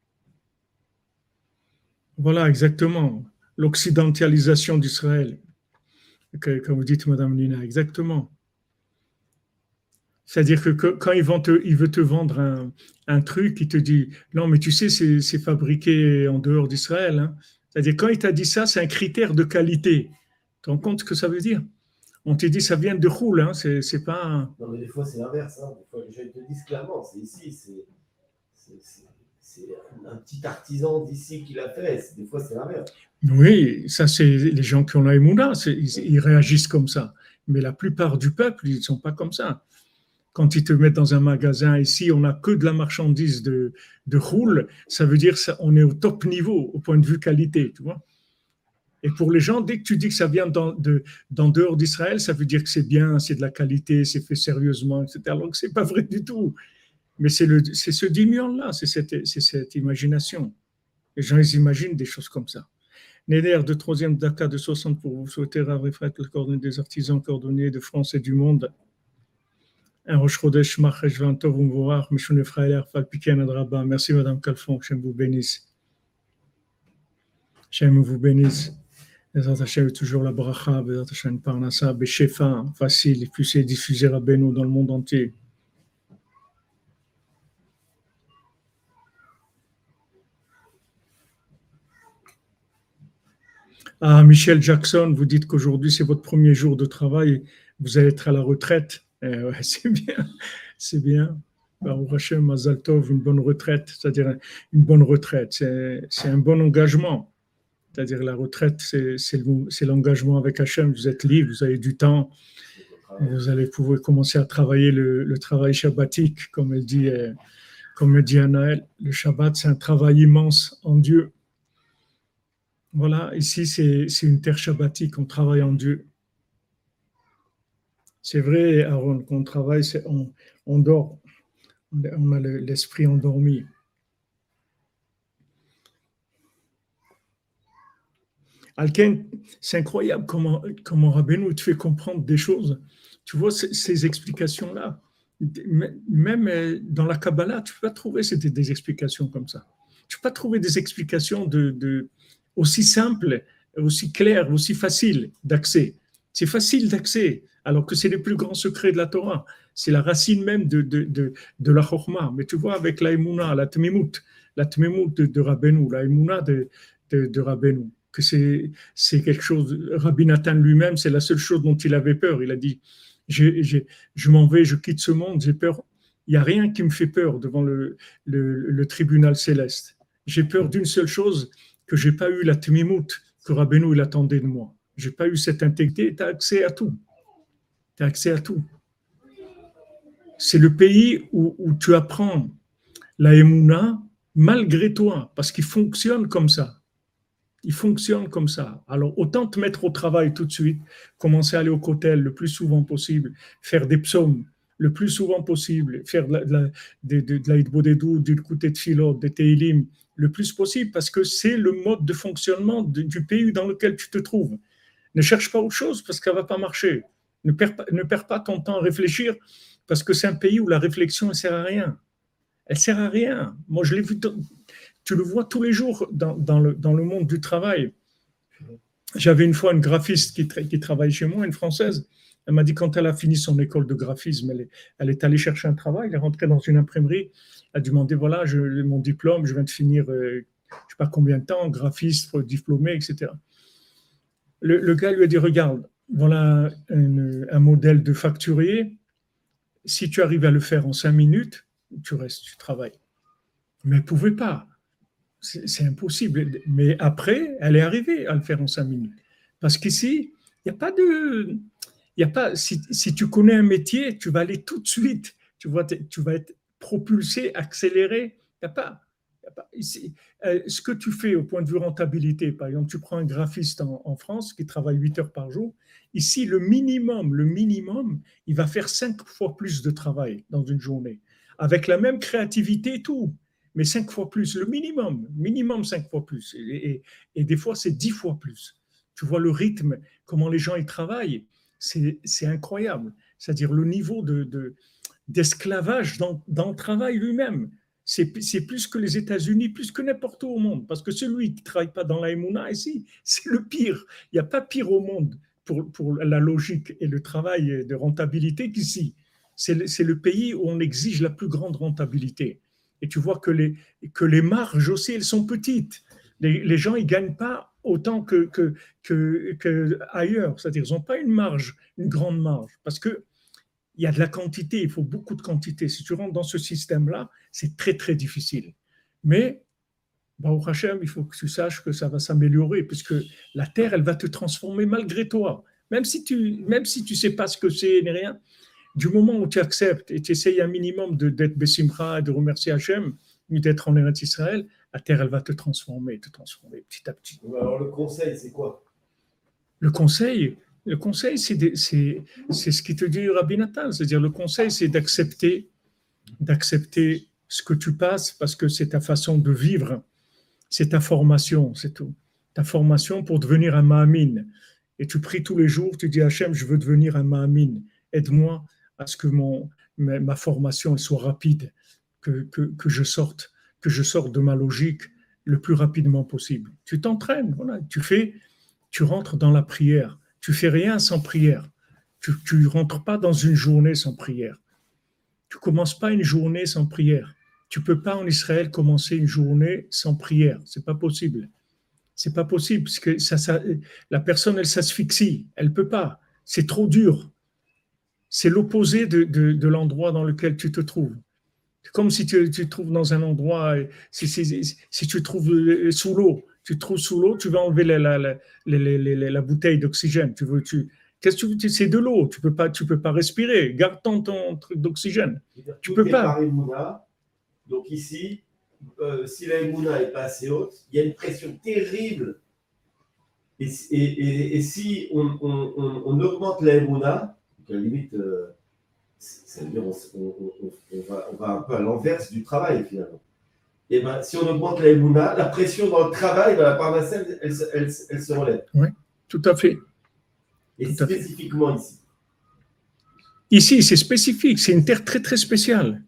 Voilà, exactement. L'occidentalisation d'Israël, comme vous dites, Madame Nina, exactement. C'est-à-dire que quand il, te, il veut te vendre un, un truc, il te dit « Non, mais tu sais, c'est, c'est fabriqué en dehors d'Israël. Hein. » C'est-à-dire quand il t'a dit ça, c'est un critère de qualité. Tu te rends compte ce que ça veut dire? On te dit ça vient de Khoul, hein, c'est, c'est pas... Un... Non, mais des fois, c'est l'inverse. Hein. Des fois, les gens te disent clairement, c'est ici, c'est, c'est, c'est, c'est un petit artisan d'ici qui l'a fait. Des fois, c'est l'inverse. Oui, ça, c'est les gens qui ont la émouna, ils, ils réagissent comme ça. Mais la plupart du peuple, ils ne sont pas comme ça. Quand ils te mettent dans un magasin, ici, on n'a que de la marchandise de, de Khoul, ça veut dire qu'on est au top niveau, au point de vue qualité, tu vois. Et pour les gens, dès que tu dis que ça vient d'en, de, d'en dehors d'Israël, ça veut dire que c'est bien, c'est de la qualité, c'est fait sérieusement, et cetera. Alors que ce n'est pas vrai du tout. Mais c'est, le, c'est ce diminuant-là, c'est cette, c'est cette imagination. Les gens, ils imaginent des choses comme ça. Néder de troisième Dakar de soixante pour vous souhaiter à Rifat, le coordonné des artisans coordonnés de France et du monde. Un Rosh Chodesh, Machesh, Vantov, Umvorach, Mishune Frailer, Falpiken, Adraba. Merci, Madame Calfon, que Hachem vous bénisse. Hachem vous bénisse. Bezrat Hachem est toujours la bracha, Bezrat Hachem Parnassa, Beshefa, facile, et puis c'est diffusé à Beno dans le monde entier. Ah, Michel Jackson, vous dites qu'aujourd'hui c'est votre premier jour de travail, vous allez être à la retraite. Eh ouais, c'est bien, c'est bien. Baruch Hashem, Mazal Tov, une bonne retraite, c'est-à-dire une bonne retraite, c'est, c'est un bon engagement. C'est-à-dire la retraite, c'est, c'est, c'est l'engagement avec Hashem, vous êtes libre, vous avez du temps, vous allez pouvoir commencer à travailler le, le travail shabbatique, comme elle dit, comme elle dit Anaël. Le Shabbat, c'est un travail immense en Dieu. Voilà, ici, c'est, c'est une terre shabbatique, on travaille en Dieu. C'est vrai, Aaron, qu'on travaille, c'est, on, on dort, on a le, l'esprit endormi. Alken, c'est incroyable comment, comment Rabbeinu te fait comprendre des choses. Tu vois, ces, ces explications-là, même dans la Kabbalah, tu ne peux pas trouver des, des explications comme ça. Tu ne peux pas trouver des explications de, de, aussi simples, aussi claires, aussi faciles d'accès. C'est facile d'accès, alors que c'est les plus grands secrets de la Torah. C'est la racine même de, de, de, de la Chokhmah. Mais tu vois, avec la Emouna, la Tmimout, la Tmimout de, de Rabbeinu, la Emouna de, de, de Rabbeinu, que c'est, c'est quelque chose, Rabbi Nathan lui-même, c'est la seule chose dont il avait peur. Il a dit, je, je, je m'en vais, je quitte ce monde, j'ai peur. Il n'y a rien qui me fait peur devant le, le, le tribunal céleste. J'ai peur d'une seule chose, que je n'ai pas eu la Tmimout que Rabbeinu il attendait de moi. Je n'ai pas eu cette intégrité, tu as accès à tout. Tu as accès à tout. C'est le pays où, où tu apprends la Emouna malgré toi, parce qu'il fonctionne comme ça. Il fonctionne comme ça. Alors, autant te mettre au travail tout de suite, commencer à aller au kotel le plus souvent possible, faire des psaumes le plus souvent possible, faire de la, de la, de, de, de la hitbodedou, du kouté de philot, des teilim, le plus possible, parce que c'est le mode de fonctionnement de, du pays dans lequel tu te trouves. Ne cherche pas autre chose, parce qu'elle ne va pas marcher. Ne perds pas, ne perds pas ton temps à réfléchir, parce que c'est un pays où la réflexion ne sert à rien. Elle ne sert à rien. Moi, je l'ai vu... Tu le vois tous les jours dans, dans, le, dans le monde du travail. J'avais une fois une graphiste qui, qui travaille chez moi, une Française. Elle m'a dit quand elle a fini son école de graphisme, elle est, elle est allée chercher un travail, elle est rentrée dans une imprimerie, elle a demandé, voilà, je, mon diplôme, je viens de finir, euh, je ne sais pas combien de temps, graphiste, diplômé, et cetera. Le, le gars lui a dit, regarde, voilà un, un modèle de facturier, si tu arrives à le faire en cinq minutes, tu restes, tu travailles. Mais elle ne pouvait pas. C'est, c'est impossible. Mais après, elle est arrivée à le faire en cinq minutes. Parce qu'ici, il n'y a pas de... Y a pas, si, si tu connais un métier, tu vas aller tout de suite. Tu, vois, tu vas être propulsé, accéléré. Il n'y a pas... Y a pas ici, euh, ce que tu fais au point de vue rentabilité, par exemple, tu prends un graphiste en, en France qui travaille huit heures par jour. Ici, le minimum, le minimum, il va faire cinq fois plus de travail dans une journée. Avec la même créativité et tout. Mais cinq fois plus, le minimum, minimum cinq fois plus. Et, et, et des fois, c'est dix fois plus. Tu vois le rythme, comment les gens y travaillent, c'est, c'est incroyable. C'est-à-dire le niveau de, de, d'esclavage dans, dans le travail lui-même. C'est, c'est plus que les États-Unis, plus que n'importe où au monde. Parce que celui qui ne travaille pas dans la Emouna ici, c'est le pire. Il n'y a pas pire au monde pour, pour la logique et le travail de rentabilité qu'ici. C'est le, c'est le pays où on exige la plus grande rentabilité. Et tu vois que les, que les marges aussi, elles sont petites. Les, les gens, ils ne gagnent pas autant que, que, que, que ailleurs. C'est-à-dire, ils n'ont pas une marge, une grande marge. Parce qu'il y a de la quantité, il faut beaucoup de quantité. Si tu rentres dans ce système-là, c'est très, très difficile. Mais, Baruch Hashem, il faut que tu saches que ça va s'améliorer, puisque la terre, elle va te transformer malgré toi. Même si tu ne même si tu sais pas ce que c'est, ni rien. Du moment où tu acceptes et tu essayes un minimum de, d'être Bessimcha, de remercier Hachem, d'être en Eretz Israël, la terre, elle va te transformer, te transformer petit à petit. Alors, le conseil, c'est quoi? Le conseil, le conseil c'est, de, c'est, c'est ce qui te dit Rabbi Nathan. C'est-à-dire, le conseil, c'est d'accepter, d'accepter ce que tu passes parce que c'est ta façon de vivre, c'est ta formation, c'est tout. Ta formation pour devenir un Ma'amin. Et tu pries tous les jours, tu dis Hachem, je veux devenir un Ma'amin. Aide-moi à ce que mon, ma, ma formation soit rapide, que, que, que, je sorte, que je sorte de ma logique le plus rapidement possible. Tu t'entraînes, voilà, tu fais, tu rentres dans la prière. Tu fais rien sans prière. Tu ne rentres pas dans une journée sans prière. Tu commences pas une journée sans prière. Tu peux pas en Israël commencer une journée sans prière. C'est pas possible. C'est pas possible parce que ça, ça, la personne, elle s'asphyxie. Elle peut pas. C'est trop dur. C'est l'opposé de, de, de l'endroit dans lequel tu te trouves. C'est comme si tu, tu te trouves dans un endroit, si, si, si tu te trouves sous l'eau, tu te trouves sous l'eau, tu vas enlever la, la, la, la, la, la, la bouteille d'oxygène. Tu veux, tu, qu'est-ce que tu veux? C'est de l'eau, tu peux pas, tu peux pas respirer. Garde ton, ton truc d'oxygène. Tu Tout peux pas. Par Emouna. Donc ici, euh, si la Emouna est pas assez haute, il y a une pression terrible. Et, et, et, et si on, on, on, on augmente la Emouna, à la limite, euh, c'est-à-dire on, on, on, on, va, on va un peu à l'inverse du travail finalement. Et ben, si on augmente la Emouna, la pression dans le travail, dans la parnasse, elle, elle, elle, elle se relève. Oui, tout à fait. Et tout spécifiquement ici. Ici, c'est spécifique, c'est une terre très très spéciale.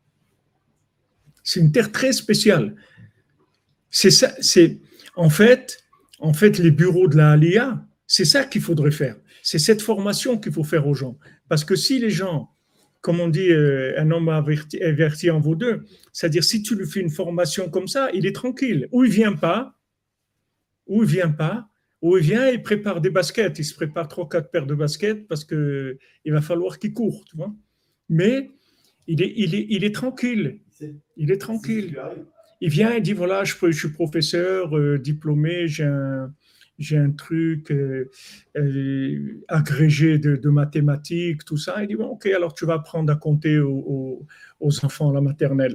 C'est une terre très spéciale. C'est ça, c'est en fait, en fait, les bureaux de la Aliyah, c'est ça qu'il faudrait faire. C'est cette formation qu'il faut faire aux gens. Parce que si les gens, comme on dit, euh, un homme averti, averti en vaut deux, c'est-à-dire si tu lui fais une formation comme ça, il est tranquille. Ou il vient pas, ou il vient pas, ou il vient et il prépare des baskets. Il se prépare trois, quatre paires de baskets parce que il va falloir qu'il court, tu vois. Mais il est, il est, il est tranquille. Il est tranquille. Il vient et dit voilà, je, je suis professeur, euh, diplômé, j'ai un j'ai un truc euh, euh, agrégé de, de mathématiques, tout ça. Il dit, bon, ok, alors tu vas apprendre à compter aux, aux, aux enfants à la maternelle.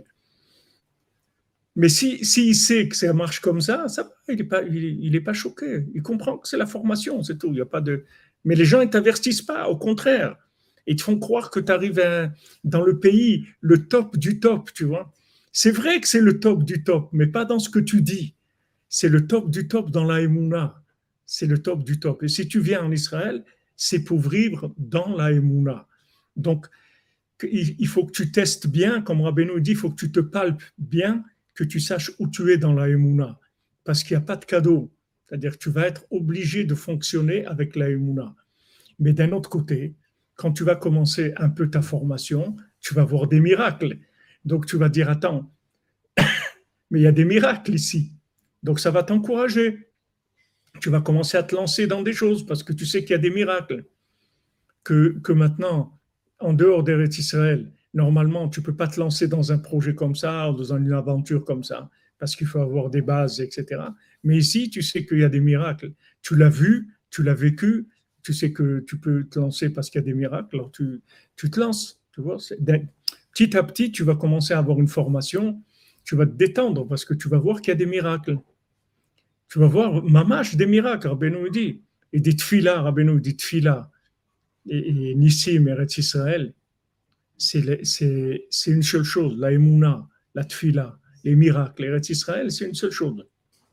Mais s'il si, si sait que ça marche comme ça, ça il n'est pas, il, il est pas choqué. Il comprend que c'est la formation, c'est tout. Il y a pas de... Mais les gens ne t'avertissent pas, au contraire. Ils te font croire que tu arrives à, dans le pays, le top du top, tu vois. C'est vrai que c'est le top du top, mais pas dans ce que tu dis. C'est le top du top dans la Emouna. C'est le top du top. Et si tu viens en Israël, c'est pour vivre dans la Emouna. Donc, il faut que tu testes bien, comme Rabbeinu dit, il faut que tu te palpes bien, que tu saches où tu es dans la Emouna. Parce qu'il n'y a pas de cadeau. C'est-à-dire que tu vas être obligé de fonctionner avec la Emouna. Mais d'un autre côté, quand tu vas commencer un peu ta formation, tu vas voir des miracles. Donc tu vas dire, attends, mais il y a des miracles ici. Donc ça va t'encourager. Tu vas commencer à te lancer dans des choses parce que tu sais qu'il y a des miracles. Que, que maintenant, en dehors d'Eretz Israël, normalement, tu ne peux pas te lancer dans un projet comme ça, ou dans une aventure comme ça, parce qu'il faut avoir des bases, et cetera. Mais ici, tu sais qu'il y a des miracles. Tu l'as vu, tu l'as vécu, tu sais que tu peux te lancer parce qu'il y a des miracles, alors tu, tu te lances. Tu vois, petit à petit, tu vas commencer à avoir une formation, tu vas te détendre parce que tu vas voir qu'il y a des miracles. Tu vas voir, mamash, des miracles, Rabbeinu dit. Et des tfilas, Rabbeinu dit tfilas. Et, et Nissim, Eretz Israël, c'est, c'est, c'est une seule chose, la Emouna, la Tfila, les miracles. Eretz Israël, c'est une seule chose.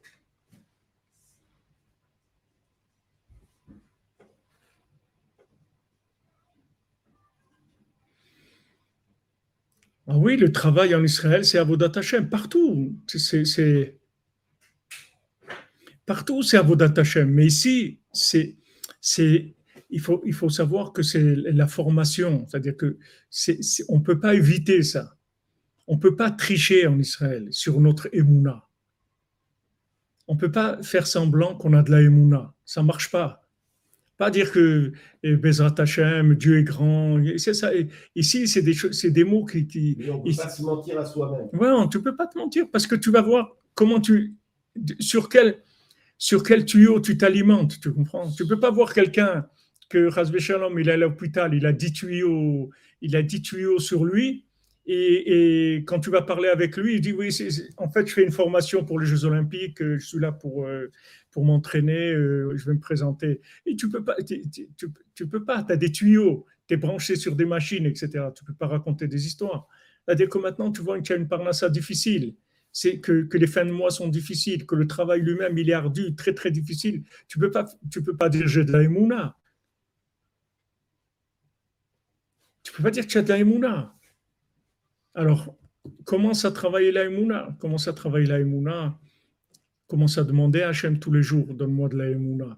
Ah oui, le travail en Israël, c'est Avodat Hashem, partout. C'est, c'est, partout, c'est Avodat Hashem. Mais ici, c'est, c'est, il, faut, il faut savoir que c'est la formation. C'est-à-dire que c'est, c'est, on ne peut pas éviter ça. On ne peut pas tricher en Israël sur notre Emouna. On ne peut pas faire semblant qu'on a de la Emouna. Ça ne marche pas. Pas dire que eh, Bezrat Hashem, Dieu est grand. C'est ça. Ici, c'est des, c'est des mots qui. qui Mais on ne peut pas se mentir à soi-même. Ouais, tu ne peux pas te mentir parce que tu vas voir comment tu. Sur quel, sur quel tuyau tu t'alimentes, tu comprends? Tu ne peux pas voir quelqu'un que Razvé Shalom, il est à l'hôpital, il a dix tuyaux, il a dix tuyaux sur lui. Et, et quand tu vas parler avec lui, il dit oui, c'est, c'est, en fait, je fais une formation pour les Jeux Olympiques, je suis là pour, euh, pour m'entraîner, euh, je vais me présenter. Et tu peux pas, tu, tu, tu peux pas, tu as des tuyaux, tu es branché sur des machines, et cetera. Tu peux pas raconter des histoires. C'est-à-dire que maintenant, tu vois qu'il y a une parnassa difficile, c'est que, que les fins de mois sont difficiles, que le travail lui-même, il est ardu, très, très difficile. Tu peux pas, tu peux pas dire j'ai de la émouna. Tu peux pas dire que tu as de la émouna. Alors, commence à travailler la Emouna, commence à travailler la Emouna, commence à demander à Hachem tous les jours, donne-moi de la Emouna.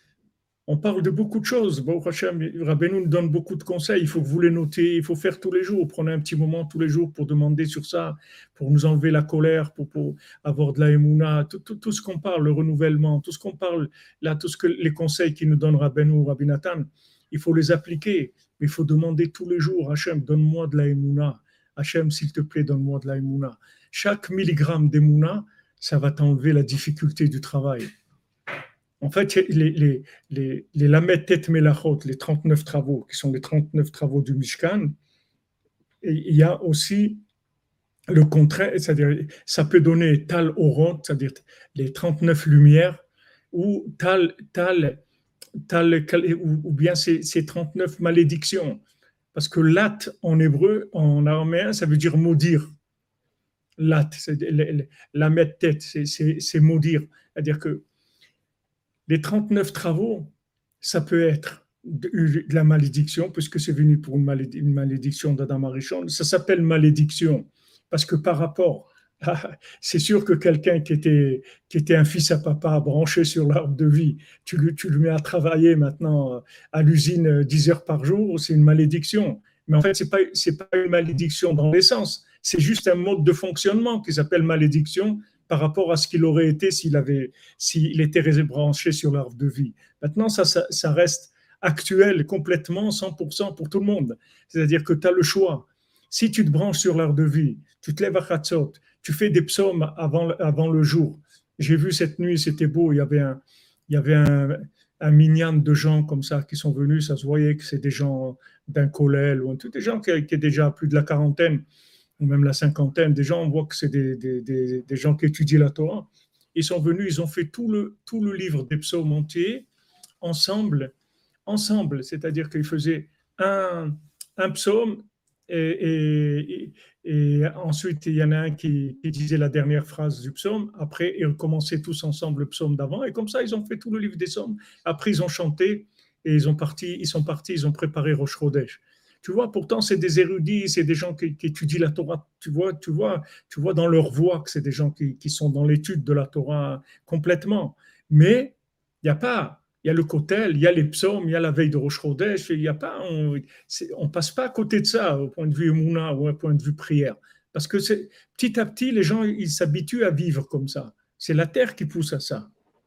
On parle de beaucoup de choses. Bon, Hachem, Rabbeinu nous donne beaucoup de conseils, il faut que vous les notez, il faut faire tous les jours, prenez un petit moment tous les jours pour demander sur ça, pour nous enlever la colère, pour, pour avoir de la Emouna, tout, tout, tout ce qu'on parle, le renouvellement, tout ce qu'on parle, là, tout ce que les conseils qu'il nous donne Rabbeinu, Rabbi Nathan, il faut les appliquer, mais il faut demander tous les jours, Hachem, donne-moi de la Emouna. Hachem, s'il te plaît, donne-moi de la Emouna. Chaque milligramme d'Emouna, ça va t'enlever la difficulté du travail. En fait, les, les, les, les Lamed Tet Melachot, les trente-neuf travaux, qui sont les trente-neuf travaux du Mishkan, et il y a aussi le contraire, c'est-à-dire, ça peut donner Tal Orot, c'est-à-dire les trente-neuf lumières, ou Tal, Tal, Tal, ou, ou bien ces, ces trente-neuf malédictions. Parce que lat en hébreu, en araméen, ça veut dire maudire. Lat, c'est la mettre tête, c'est, c'est, c'est maudire. C'est-à-dire que les trente-neuf travaux, ça peut être de, de la malédiction, puisque c'est venu pour une, maléd- une malédiction d'Adam Arishon. Ça s'appelle malédiction, parce que par rapport, à, c'est sûr que quelqu'un qui était, qui était un fils à papa branché sur l'arbre de vie, tu le, tu le mets à travailler maintenant à l'usine dix heures par jour, c'est une malédiction. Mais en fait, ce n'est pas, c'est pas une malédiction dans l'essence, c'est juste un mode de fonctionnement qui s'appelle malédiction par rapport à ce qu'il aurait été s'il, avait, s'il était branché sur l'arbre de vie. Maintenant, ça, ça, ça reste actuel complètement, cent pour cent pour tout le monde. C'est-à-dire que tu as le choix. Si tu te branches sur l'arbre de vie, tu te lèves à Chatzot, tu fais des psaumes avant, avant le jour. J'ai vu cette nuit, c'était beau, il y avait un, il y avait un, un minyan de gens comme ça qui sont venus, ça se voyait que c'est des gens d'un collège, ou des gens qui, qui est déjà plus de la quarantaine, ou même la cinquantaine, des gens, on voit que c'est des, des, des, des gens qui étudient la Torah. Ils sont venus, ils ont fait tout le, tout le livre des psaumes entiers, ensemble, ensemble, c'est-à-dire qu'ils faisaient un, un psaume, et, et, et ensuite il y en a un qui, qui disait la dernière phrase du psaume, après ils recommençaient tous ensemble le psaume d'avant, et comme ça ils ont fait tout le livre des psaumes, après ils ont chanté, et ils, ont parti, ils sont partis, ils ont préparé Rosh Chodesh. Tu vois, pourtant c'est des érudits, c'est des gens qui, qui étudient la Torah, tu vois, tu vois, tu vois dans leur voix que c'est des gens qui, qui sont dans l'étude de la Torah complètement, mais il n'y a pas il y a le kotel, il y a les psaumes, il y a la veille de Rosh Chodesh, il y a pas, on ne passe pas à côté de ça au point de vue Emouna ou au point de vue prière. Parce que c'est, petit à petit, les gens ils s'habituent à vivre comme ça. C'est la terre qui pousse à ça.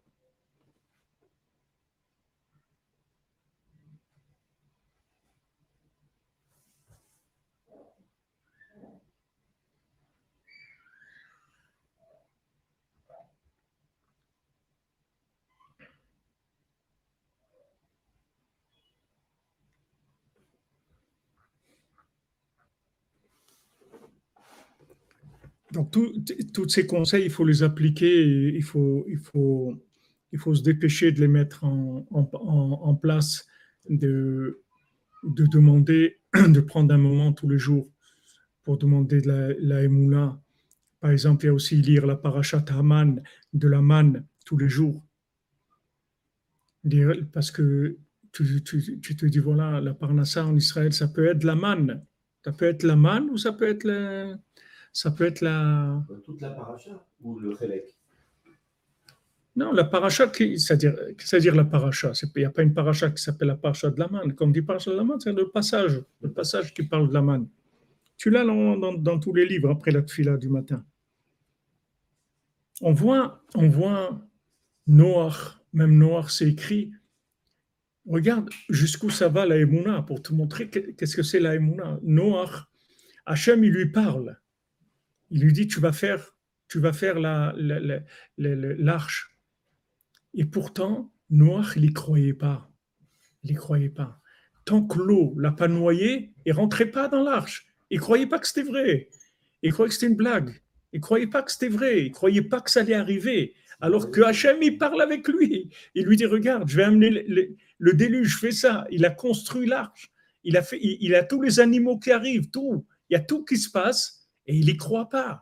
Donc, tous ces conseils, il faut les appliquer, il faut, il faut, il faut se dépêcher de les mettre en, en, en place, de, de demander, de prendre un moment tous les jours pour demander de la, la Emouna. Par exemple, il y a aussi lire la parashat Haman, de la manne, tous les jours. Parce que tu, tu, tu te dis, voilà, la parnassa en Israël, ça peut être la manne. Ça peut être la manne ou ça peut être la... Ça peut être la... Toute la paracha ou le chélek? Non, la paracha, c'est-à-dire, c'est-à-dire la paracha. Il n'y a pas une paracha qui s'appelle la paracha de la manne. Comme dit paracha de la manne, c'est le passage, le passage qui parle de la manne. Tu l'as dans, dans, dans tous les livres après la tfila du matin. On voit, on voit Noach, même Noach, c'est écrit. Regarde jusqu'où ça va la Emouna pour te montrer qu'est-ce que c'est la Emouna. Noach, Hachem, il lui parle. Il lui dit, tu vas faire, tu vas faire la, la, la, la, l'arche. Et pourtant, Noach, il n'y croyait pas. Il n'y croyait pas. Tant que l'eau ne l'a pas noyé, il ne rentrait pas dans l'arche. Il ne croyait pas que c'était vrai. Il croyait que c'était une blague. Il ne croyait pas que c'était vrai. Il ne croyait pas que ça allait arriver. Alors que Hachem, il parle avec lui. Il lui dit, regarde, je vais amener le, le, le déluge, fais ça. Il a construit l'arche. Il a, fait, il, il a tous les animaux qui arrivent, tout. Il y a tout qui se passe. Et il n'y croit pas.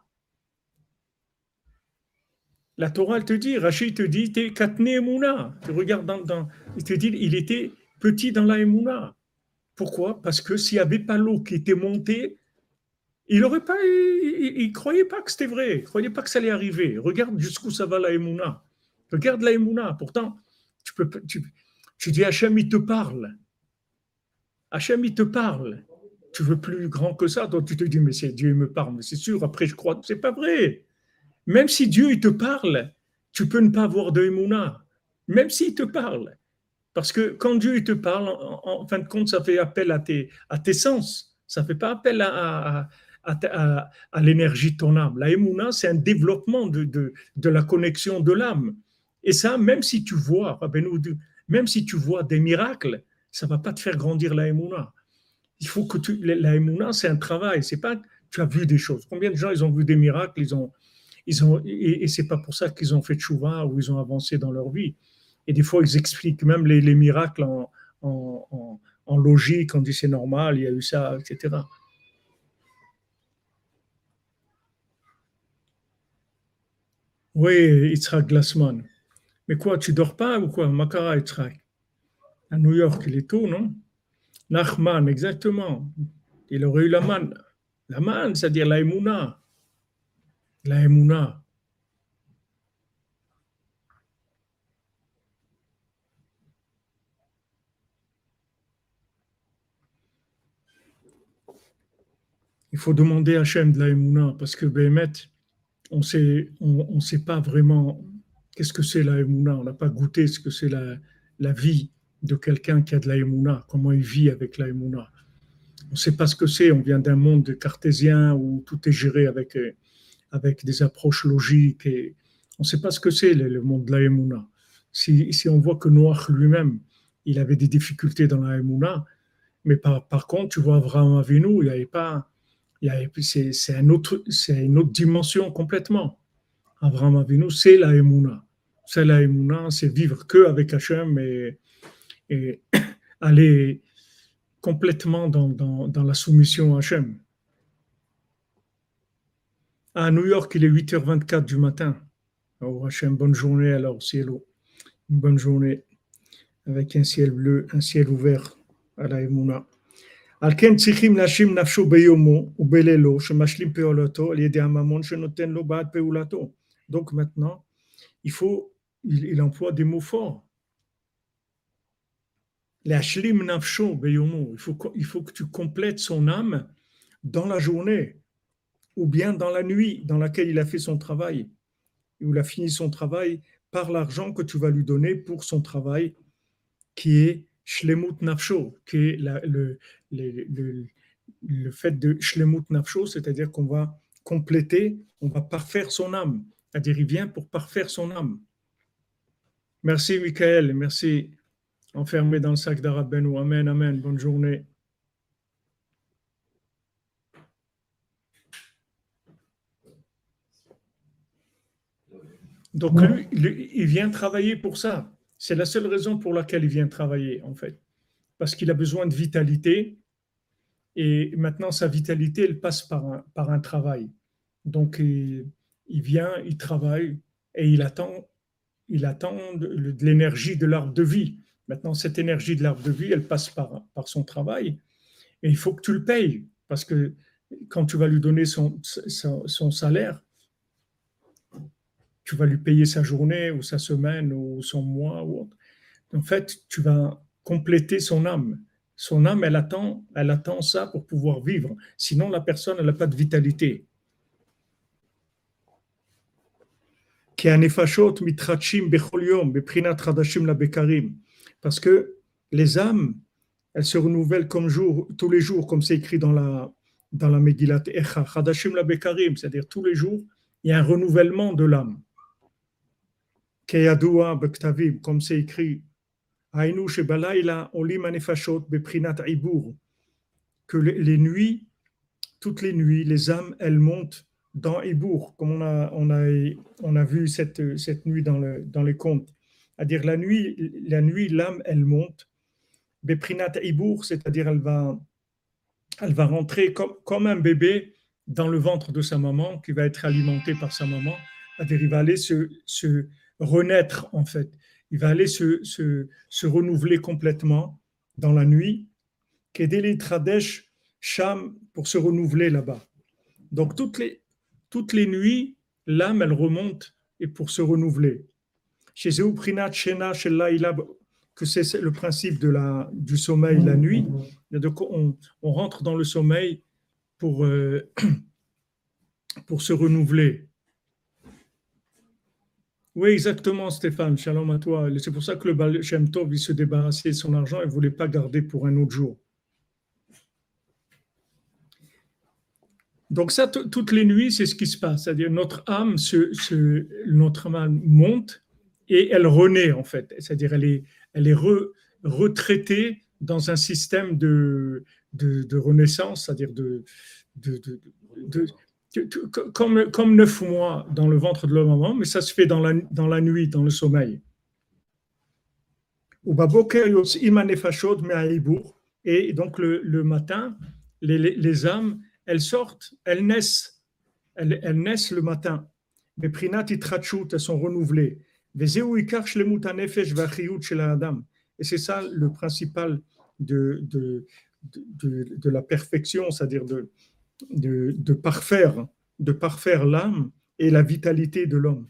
La Torah, elle te dit, Rachid te dit, t'es katne Emouna. Tu regardes dans, dans, il te dit, il était petit dans la Emouna. Pourquoi? Parce que s'il n'y avait pas l'eau qui était montée, il n'aurait pas, il ne croyait pas que c'était vrai. Il ne croyait pas que ça allait arriver. Regarde jusqu'où ça va la Emouna. Regarde la Emouna. Pourtant, tu peux, tu, tu dis, Hachem, il te parle. Hachem, il te parle. Tu veux plus grand que ça, donc tu te dis, mais c'est Dieu il me parle, mais c'est sûr, après je crois, c'est pas vrai. Même si Dieu il te parle, tu peux ne pas avoir de Emouna, même s'il te parle. Parce que quand Dieu il te parle, en, en fin de compte, ça fait appel à tes, à tes sens, ça ne fait pas appel à, à, à, à, à l'énergie de ton âme. La Emouna, c'est un développement de, de, de la connexion de l'âme. Et ça, même si tu vois, même si tu vois des miracles, ça ne va pas te faire grandir la Emouna. Il faut que tu, la Emouna, c'est un travail. C'est pas tu as vu des choses. Combien de gens ils ont vu des miracles, ils ont, ils ont, et, et c'est pas pour ça qu'ils ont fait tchouva ou ils ont avancé dans leur vie. Et des fois, ils expliquent même les, les miracles en, en, en, en logique. On dit c'est normal, il y a eu ça, et cetera. Oui, Yitzhak Glassman. Mais quoi, tu dors pas ou quoi? Makara Yitzhak. À New York, il est tôt, non? Nachman, exactement. Il aurait eu la manne. La manne, c'est-à-dire la Emouna. La Emouna. Il faut demander à Hachem de la Emouna parce que Béhémet, on sait, on ne sait pas vraiment qu'est-ce que c'est la Emouna. On n'a pas goûté ce que c'est la, la vie de quelqu'un qui a de la Emouna, comment il vit avec la Emouna. On ne sait pas ce que c'est. On vient d'un monde cartésien où tout est géré avec, avec des approches logiques. Et on ne sait pas ce que c'est le, le monde de la Emouna. Si, si on voit que Noach lui-même, il avait des difficultés dans la Emouna, mais par, par contre, tu vois, Avraham Avinu, il n'y avait pas... Il y avait, c'est, c'est, un autre, c'est une autre dimension complètement. Avraham Avinu, c'est la Emouna. C'est la Emouna, c'est vivre que avec Hachem et, et aller complètement dans, dans, dans la soumission à Hachem. À New York, il est huit heures vingt-quatre du matin. Oh Hachem, bonne journée alors, cielo. Une bonne journée avec un ciel bleu, un ciel ouvert à la Emouna. על כן צריכים להאשים נפשו ביומו ובלילו שמשלים פעולתו על ידי הממון שנותן לו בעד פעולתו. Donc maintenant, il faut, il, il emploie des mots forts. L'ashlim nafsho beyomo. Il faut, il faut que tu complètes son âme dans la journée ou bien dans la nuit dans laquelle il a fait son travail, où il a fini son travail par l'argent que tu vas lui donner pour son travail qui est shlemut nafsho, qui est la, le, le, le, le fait de shlemut nafsho, c'est-à-dire qu'on va compléter, on va parfaire son âme. C'est-à-dire il vient pour parfaire son âme. Merci Michael, merci. Enfermé dans le sac d'Arabeno. Amen, amen. Bonne journée. Donc lui, lui, il vient travailler pour ça. C'est la seule raison pour laquelle il vient travailler, en fait. Parce qu'il a besoin de vitalité. Et maintenant, sa vitalité, elle passe par un, par un travail. Donc, il, il vient, il travaille et il attend, il attend de, de l'énergie de l'arbre de vie. Maintenant, cette énergie de l'arbre de vie, elle passe par, par son travail. Et il faut que tu le payes. Parce que quand tu vas lui donner son, son, son salaire, tu vas lui payer sa journée ou sa semaine ou son mois ou autre. En fait, tu vas compléter son âme. Son âme, elle attend, elle attend ça pour pouvoir vivre. Sinon, la personne, elle n'a pas de vitalité. Parce que les âmes, elles se renouvellent comme jour, tous les jours, comme c'est écrit dans la, dans la Megillat Echa, Chadashim la Bekarim, c'est-à-dire tous les jours, il y a un renouvellement de l'âme. Keyadoua Bektavim, comme c'est écrit, Hainu Shebalayla Olim Anefashot Beprinat Ibour, que les nuits, toutes les nuits, les âmes, elles montent dans Ibour, comme on a, on a, on a vu cette, cette nuit dans, le, dans les contes. C'est-à-dire la nuit, la nuit, l'âme, elle monte. Beprinat Ibour, c'est-à-dire elle va, elle va rentrer comme, comme un bébé dans le ventre de sa maman, qui va être alimenté par sa maman. C'est-à-dire il va aller se, se renaître, en fait. Il va aller se, se, se renouveler complètement dans la nuit. Kedeli Tradesh Sham, pour se renouveler là-bas. Donc toutes les, toutes les nuits, l'âme, elle remonte et pour se renouveler. Chez Zeuprinat Shena Shelaila, que c'est le principe de la, du sommeil la nuit. Donc on, on rentre dans le sommeil pour, euh, pour se renouveler. Oui, exactement, Stéphane. Shalom à toi. C'est pour ça que le Baal Shem Tov, il se débarrassait de son argent et ne voulait pas garder pour un autre jour. Donc ça, t- toutes les nuits, c'est ce qui se passe. C'est-à-dire notre âme, se, se, notre âme monte et elle renaît, en fait. C'est-à-dire elle est, elle est re, retraitée dans un système de, de, de renaissance, c'est-à-dire de... de, de, de, de Comme, comme neuf mois dans le ventre de la maman, mais ça se fait dans la, dans la nuit, dans le sommeil. Et donc le, le matin, les, les, les âmes, elles sortent, elles naissent, elles, elles naissent le matin. Mais prinat itrachut, elles sont renouvelées. Et c'est ça le principal de, de, de, de la perfection, c'est-à-dire de De, de, parfaire, de parfaire l'âme et la vitalité de l'homme.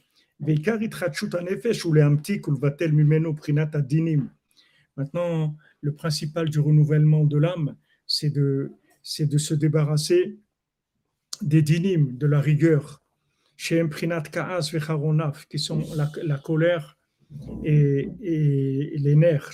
Maintenant, le principal du renouvellement de l'âme, c'est de, c'est de se débarrasser des dinim, de la rigueur, qui sont la, la colère et, et, et les nerfs,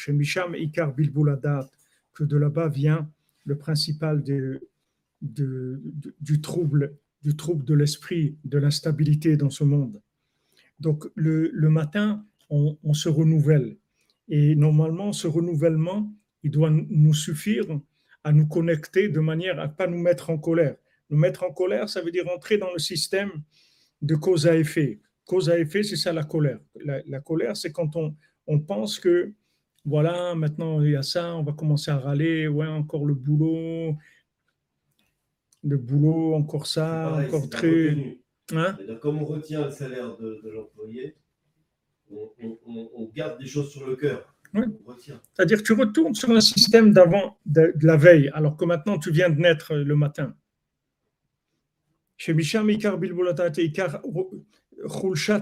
que de là-bas vient le principal de De, de, du trouble, du trouble de l'esprit, de l'instabilité dans ce monde. Donc le, le matin, on, on se renouvelle. Et normalement, ce renouvellement, il doit nous suffire à nous connecter de manière à ne pas nous mettre en colère. Nous mettre en colère, ça veut dire entrer dans le système de cause à effet. Cause à effet, c'est ça la colère. La, la colère, c'est quand on, on pense que, voilà, maintenant il y a ça, on va commencer à râler, ouais, encore le boulot, le boulot, encore ça, pareil, encore très... Hein? Comme on retient le salaire de, de l'employé, on, on, on garde des choses sur le cœur. Oui. C'est-à-dire que tu retournes sur un système d'avant, de, de la veille, alors que maintenant tu viens de naître le matin.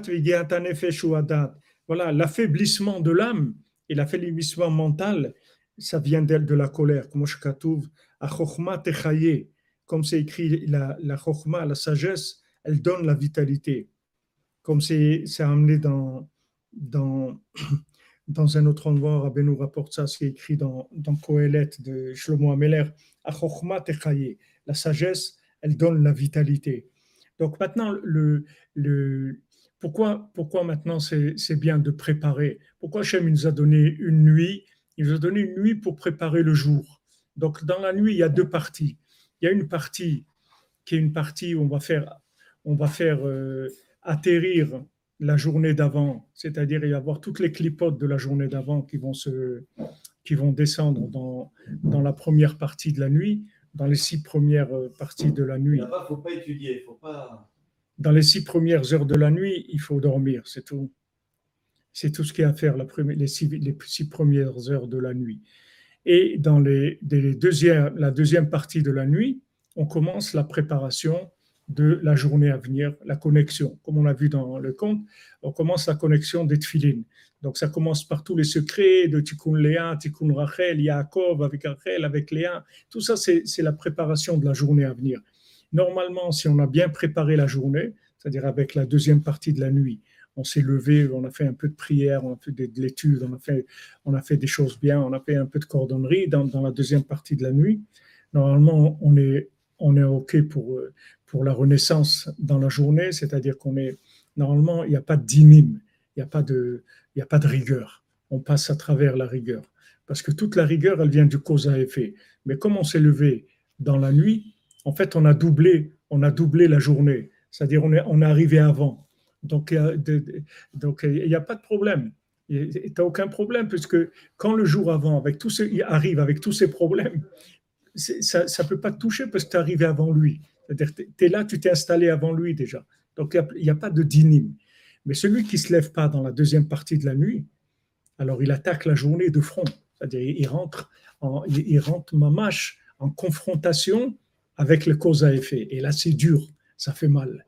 Voilà, l'affaiblissement de l'âme et l'affaiblissement mental, ça vient d'elle de la colère. Comme comme c'est écrit, la, la chokhma, la sagesse, elle donne la vitalité. Comme c'est, c'est amené dans, dans, dans un autre endroit, Rabbi nous rapporte ça, c'est écrit dans, dans Kohelet de Shlomo Ameler, la sagesse, elle donne la vitalité. Donc maintenant, le, le, pourquoi, pourquoi maintenant c'est, c'est bien de préparer? Pourquoi Hachem nous a donné une nuit? Il nous a donné une nuit pour préparer le jour. Donc dans la nuit, il y a deux parties. Il y a une partie qui est une partie où on va faire, on va faire euh, atterrir la journée d'avant, c'est-à-dire il va y avoir toutes les clipotes de la journée d'avant qui vont, se, qui vont descendre dans, dans la première partie de la nuit, dans les six premières parties de la nuit. Il ne faut pas étudier, faut pas... Dans les six premières heures de la nuit, il faut dormir, c'est tout. C'est tout ce qu'il y a à faire la première, les, six, les six premières heures de la nuit. Et dans les, les deuxièmes, la deuxième partie de la nuit, on commence la préparation de la journée à venir, la connexion. Comme on a vu dans le conte, on commence la connexion des tefilines. Donc ça commence par tous les secrets de Tikkun Léa, Tikkun Rachel, Yaakov avec Rachel, avec Léa. Tout ça, c'est, c'est la préparation de la journée à venir. Normalement, si on a bien préparé la journée, c'est-à-dire avec la deuxième partie de la nuit, on s'est levé, on a fait un peu de prière, on a fait de, de l'étude, on a fait, on a fait des choses bien, on a fait un peu de cordonnerie dans, dans la deuxième partie de la nuit. Normalement, on est, on est OK pour, pour la renaissance dans la journée, c'est-à-dire qu'on est, normalement, il n'y a pas d'inime, il n'y a pas de, il n'y a pas de rigueur. On passe à travers la rigueur. Parce que toute la rigueur, elle vient du cause à effet. Mais comme on s'est levé dans la nuit, en fait, on a doublé, on a doublé la journée. C'est-à-dire on est, on est arrivé avant. Donc, donc il n'y a pas de problème. Tu n'as aucun problème, puisque quand le jour avant, avec tout ce, il arrive avec tous ces problèmes, ça ne peut pas te toucher parce que tu es arrivé avant lui. C'est-à-dire tu es là, tu t'es installé avant lui déjà. Donc, il n'y a, a pas de dinim. Mais celui qui ne se lève pas dans la deuxième partie de la nuit, alors il attaque la journée de front. C'est-à-dire il rentre, en, il rentre mamache en confrontation avec le cause à effet. Et là, c'est dur, ça fait mal.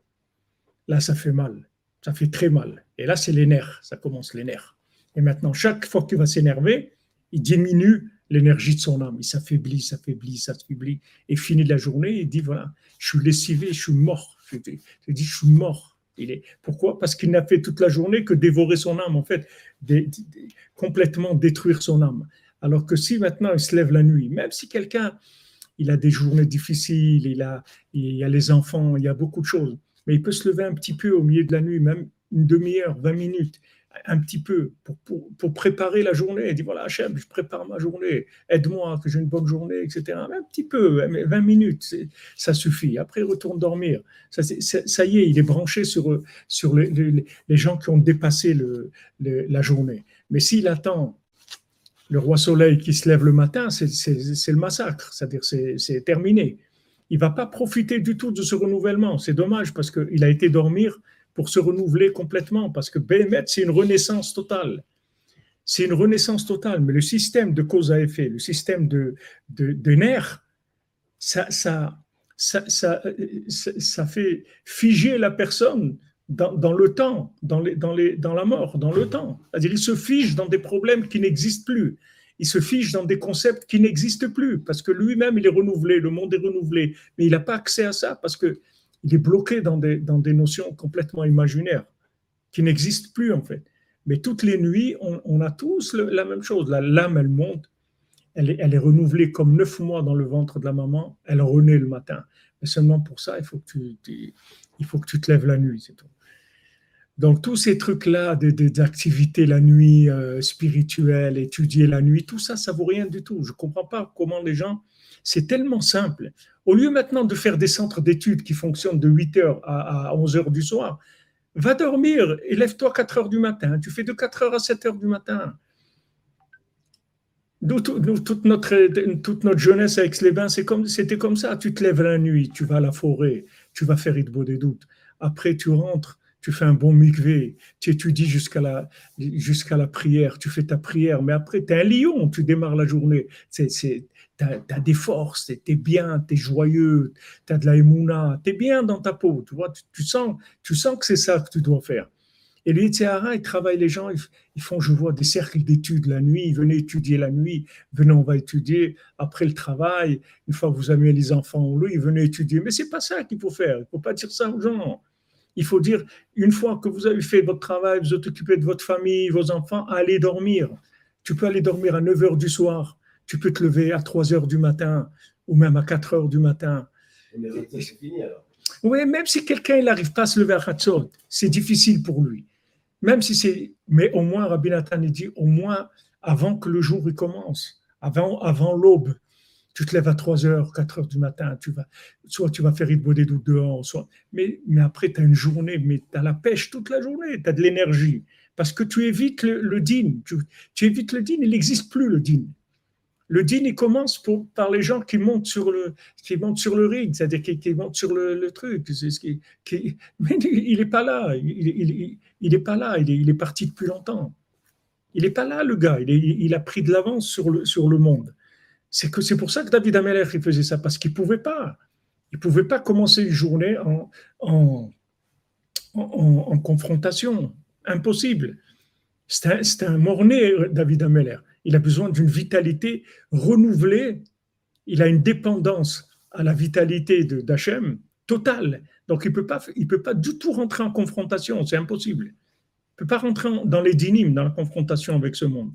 Là, ça fait mal. Ça fait très mal. Et là, c'est les nerfs. Ça commence les nerfs. Et maintenant, chaque fois qu'il va s'énerver, il diminue l'énergie de son âme. Il s'affaiblit, s'affaiblit, s'affaiblit. Et fini la journée, il dit, voilà, je suis lessivé, je suis mort. Je dis, je suis mort. Il est... Pourquoi ? Parce qu'il n'a fait toute la journée que dévorer son âme, en fait, dé, dé, complètement détruire son âme. Alors que si maintenant il se lève la nuit, même si quelqu'un, il a des journées difficiles, il a, il y a les enfants, il y a beaucoup de choses, mais il peut se lever un petit peu au milieu de la nuit, même une demi-heure, vingt minutes, un petit peu, pour, pour, pour préparer la journée. Il dit, voilà, Hachem, je prépare ma journée, aide-moi, que j'ai une bonne journée, et cetera. Un petit peu, vingt minutes, c'est, ça suffit. Après, il retourne dormir. Ça, c'est, ça y est, il est branché sur, sur les, les, les gens qui ont dépassé le, le, la journée. Mais s'il attend le roi soleil qui se lève le matin, c'est, c'est, c'est le massacre, c'est-à-dire c'est, c'est terminé. Il ne va pas profiter du tout de ce renouvellement. C'est dommage parce qu'il a été dormir pour se renouveler complètement, parce que Béhémet, c'est une renaissance totale. C'est une renaissance totale, mais le système de cause à effet, le système de, de, de nerfs, ça, ça, ça, ça, ça, ça fait figer la personne dans, dans le temps, dans, les, dans, les, dans la mort, dans le temps. C'est-à-dire, il se fige dans des problèmes qui n'existent plus. Il se fige dans des concepts qui n'existent plus, parce que lui-même, il est renouvelé, le monde est renouvelé, mais il n'a pas accès à ça, parce qu'il est bloqué dans des, dans des notions complètement imaginaires, qui n'existent plus, en fait. Mais toutes les nuits, on, on a tous le, la même chose. La, l'âme, elle monte, elle est, elle est renouvelée comme neuf mois dans le ventre de la maman, elle renaît le matin. Mais seulement pour ça, il faut que tu, tu, il faut que tu te lèves la nuit, c'est tout. Donc, tous ces trucs-là, des, des activités la nuit, euh, spirituelles, étudier la nuit, tout ça, ça vaut rien du tout. Je ne comprends pas comment les gens... C'est tellement simple. Au lieu maintenant de faire des centres d'études qui fonctionnent de huit heures à, à onze heures du soir, va dormir et lève-toi à quatre heures du matin. Tu fais de quatre heures à sept heures du matin. Nous, tout, nous, toute, notre, toute notre jeunesse à Aix-les-Bains, c'est comme, c'était comme ça. Tu te lèves la nuit, tu vas à la forêt, tu vas faire Idbo des doutes. Après, tu rentres. Tu fais un bon mikvé, tu étudies jusqu'à la, jusqu'à la prière, tu fais ta prière, mais après, tu es un lion, tu démarres la journée. C'est, c'est, tu as des forces, tu es bien, tu es joyeux, tu as de la émouna, tu es bien dans ta peau, tu vois, tu, tu, sens, tu sens que c'est ça que tu dois faire. Et le Yetzer Hara, il travaille les gens, ils, ils font, je vois, des cercles d'études la nuit, venez étudier la nuit, venez, on va étudier après le travail, une fois que vous avez les enfants au lit, venez étudier. Mais c'est pas ça qu'il faut faire, il ne faut pas dire ça aux gens. Il faut dire, une fois que vous avez fait votre travail, vous êtes occupé de votre famille, vos enfants, allez dormir. Tu peux aller dormir à neuf heures du soir, tu peux te lever à trois heures du matin, ou même à quatre heures du matin. Mais c'est fini alors. Oui, même si quelqu'un n'arrive pas à se lever à Hatzot, c'est difficile pour lui. Même si c'est, mais au moins, Rabbi Nathan il dit, au moins avant que le jour il commence, avant, avant l'aube, tu te lèves à trois heures, quatre heures du matin, tu vas, soit tu vas faire Idbo des doutes dehors, soit, mais, mais après tu as une journée, mais tu as la pêche toute la journée, tu as de l'énergie, parce que tu évites le, le dîn, tu, tu évites le dîn, il n'existe plus le dîn. Le dîn, il commence pour, par les gens qui montent sur le, qui montent sur le ring, c'est-à-dire qui, qui montent sur le, le truc. C'est ce qui, qui, mais il n'est pas là, il, il, il est pas là, il est, il est parti depuis longtemps. Il n'est pas là, le gars, il, est, il a pris de l'avance sur le, sur le monde. C'est, que, c'est pour ça que David Ameller, il faisait ça, parce qu'il ne pouvait pas. Il ne pouvait pas commencer une journée en, en, en, en confrontation. Impossible. C'est un, c'est un mort-né, David Ameller. Il a besoin d'une vitalité renouvelée. Il a une dépendance à la vitalité de, d'Hachem totale. Donc, il ne peut pas, il peut pas du tout rentrer en confrontation. C'est impossible. Il ne peut pas rentrer dans les dynimes, dans la confrontation avec ce monde.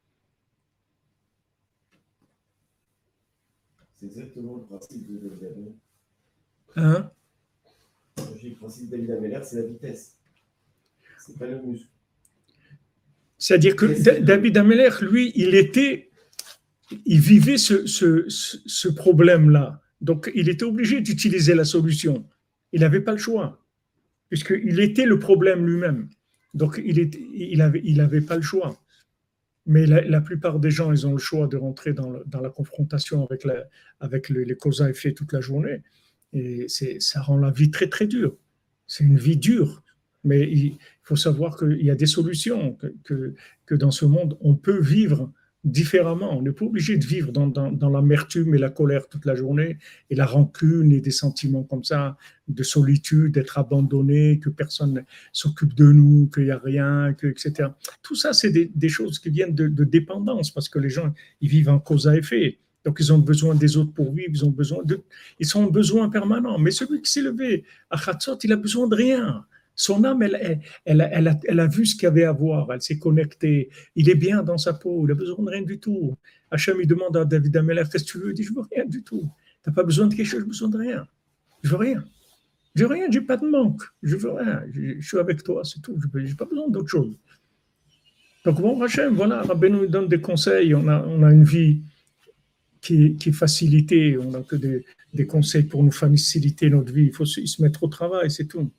C'est exactement le principe de David Ameller. Hein? Le principe de David Ameller, c'est la vitesse. C'est pas le muscle. C'est-à-dire que D- David Ameller, lui, il était, il vivait ce, ce, ce problème-là. Donc, il était obligé d'utiliser la solution. Il n'avait pas le choix, puisqu'il était le problème lui-même. Donc, il était, il avait, il avait pas le choix. Mais la, la plupart des gens, ils ont le choix de rentrer dans, le, dans la confrontation avec, la, avec le, les causes à effet toute la journée. Et c'est, ça rend la vie très, très dure. C'est une vie dure. Mais il faut savoir qu'il y a des solutions, que, que, que dans ce monde, on peut vivre différemment. On n'est pas obligé de vivre dans, dans, dans l'amertume et la colère toute la journée, et la rancune et des sentiments comme ça, de solitude, d'être abandonné, que personne ne s'occupe de nous, qu'il n'y a rien, que, et cetera. Tout ça, c'est des, des choses qui viennent de, de dépendance, parce que les gens, ils vivent en cause à effet. Donc, ils ont besoin des autres pour vivre, ils ont besoin de, ils sont en besoin permanent. Mais celui qui s'est levé à Khatsot, il a besoin de rien. Son âme, elle, elle, elle, elle, a, elle a vu ce qu'il y avait à voir, elle s'est connectée, il est bien dans sa peau, il n'a besoin de rien du tout. Hachem, il demande à David Ameller, qu'est-ce que tu veux? Il dit, je veux rien du tout. Tu n'as pas besoin de quelque chose, je n'ai besoin de rien. Je veux rien. Je veux rien, je n'ai pas de manque. Je veux rien. Je, je suis avec toi, c'est tout. Je n'ai pas besoin d'autre chose. Donc, bon, Hachem, voilà, Rabbeinu nous donne des conseils. On a, on a une vie qui est, qui est facilitée. On n'a que des, des conseils pour nous faciliter notre vie. Il faut se, se mettre au travail, c'est tout.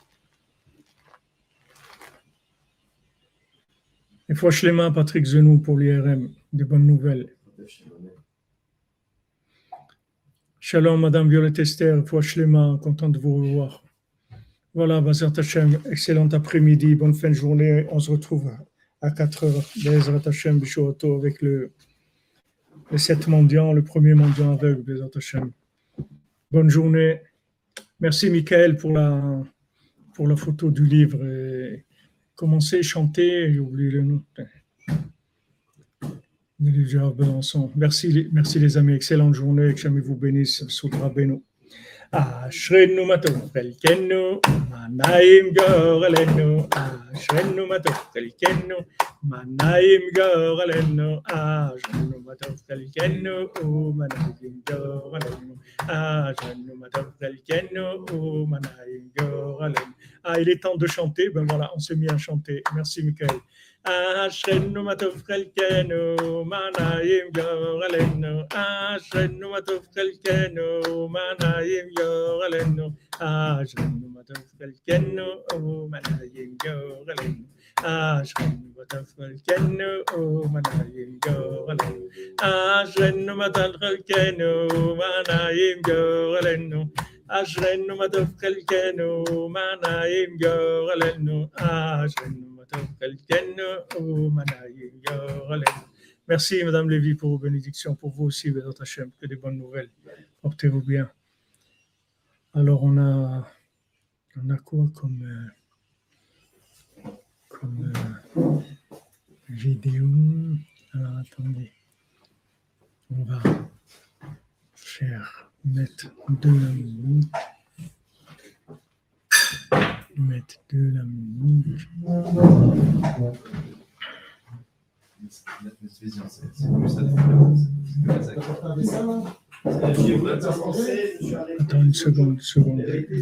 Et fois Shlema, Patrick Zenou pour l'I R M, des bonnes nouvelles. Shalom, Madame Violette Esther, fois Shlema, content de vous revoir. Voilà, Bazar Tachem, excellent après-midi, bonne fin de journée. On se retrouve à quatre heures. Bezrat Tachem, Bishoato, avec le, le sept mendiant, le premier mendiant aveugle, Bezrat Tachem. Bonne journée. Merci, Michael, pour la, pour la photo du livre. Et, commencer à chanter, j'ai oublié le nom. Merci, merci les amis, excellente journée, que jamais vous bénisse, Soudra Beno. Ashrenu matov chelkenu, manaim gorelenu, Ashrenu matov chelkenu, manaim gorelenu, Ashrenu matov chelkenu, manaim gorelenu, Ashrenu matov chelkenu, manaim gorelenu. Ah, il est temps de chanter, ben voilà, on s'est mis à chanter. Merci Michael. Ashrenu matov chelkenu, manaim gorelenu, Ashrenu matov chelkenu, manaim gorelenu, Ashrenu matov chelkenu, manaim gorelenu, Ashrenu matov chelkenu, manaim gorelenu, Ashrenu matov chelkenu, manaim gorelenu, Ashrenu matov chelkenu, manaim gorelenu, Ashrenu. Merci, Madame Lévy, pour vos bénédictions. Pour vous aussi, Bézat Hachem, que des bonnes nouvelles. Portez-vous bien. Alors, on a, on a quoi comme. Euh comme euh, vidéo. Alors attendez, on va faire mettre de la musique, mettre de la musique. La vision, c'est c'est plus ça. C'est plus ça. Euh, J'ai voulu commencer, je suis arrivé. Attends une seconde, une seconde.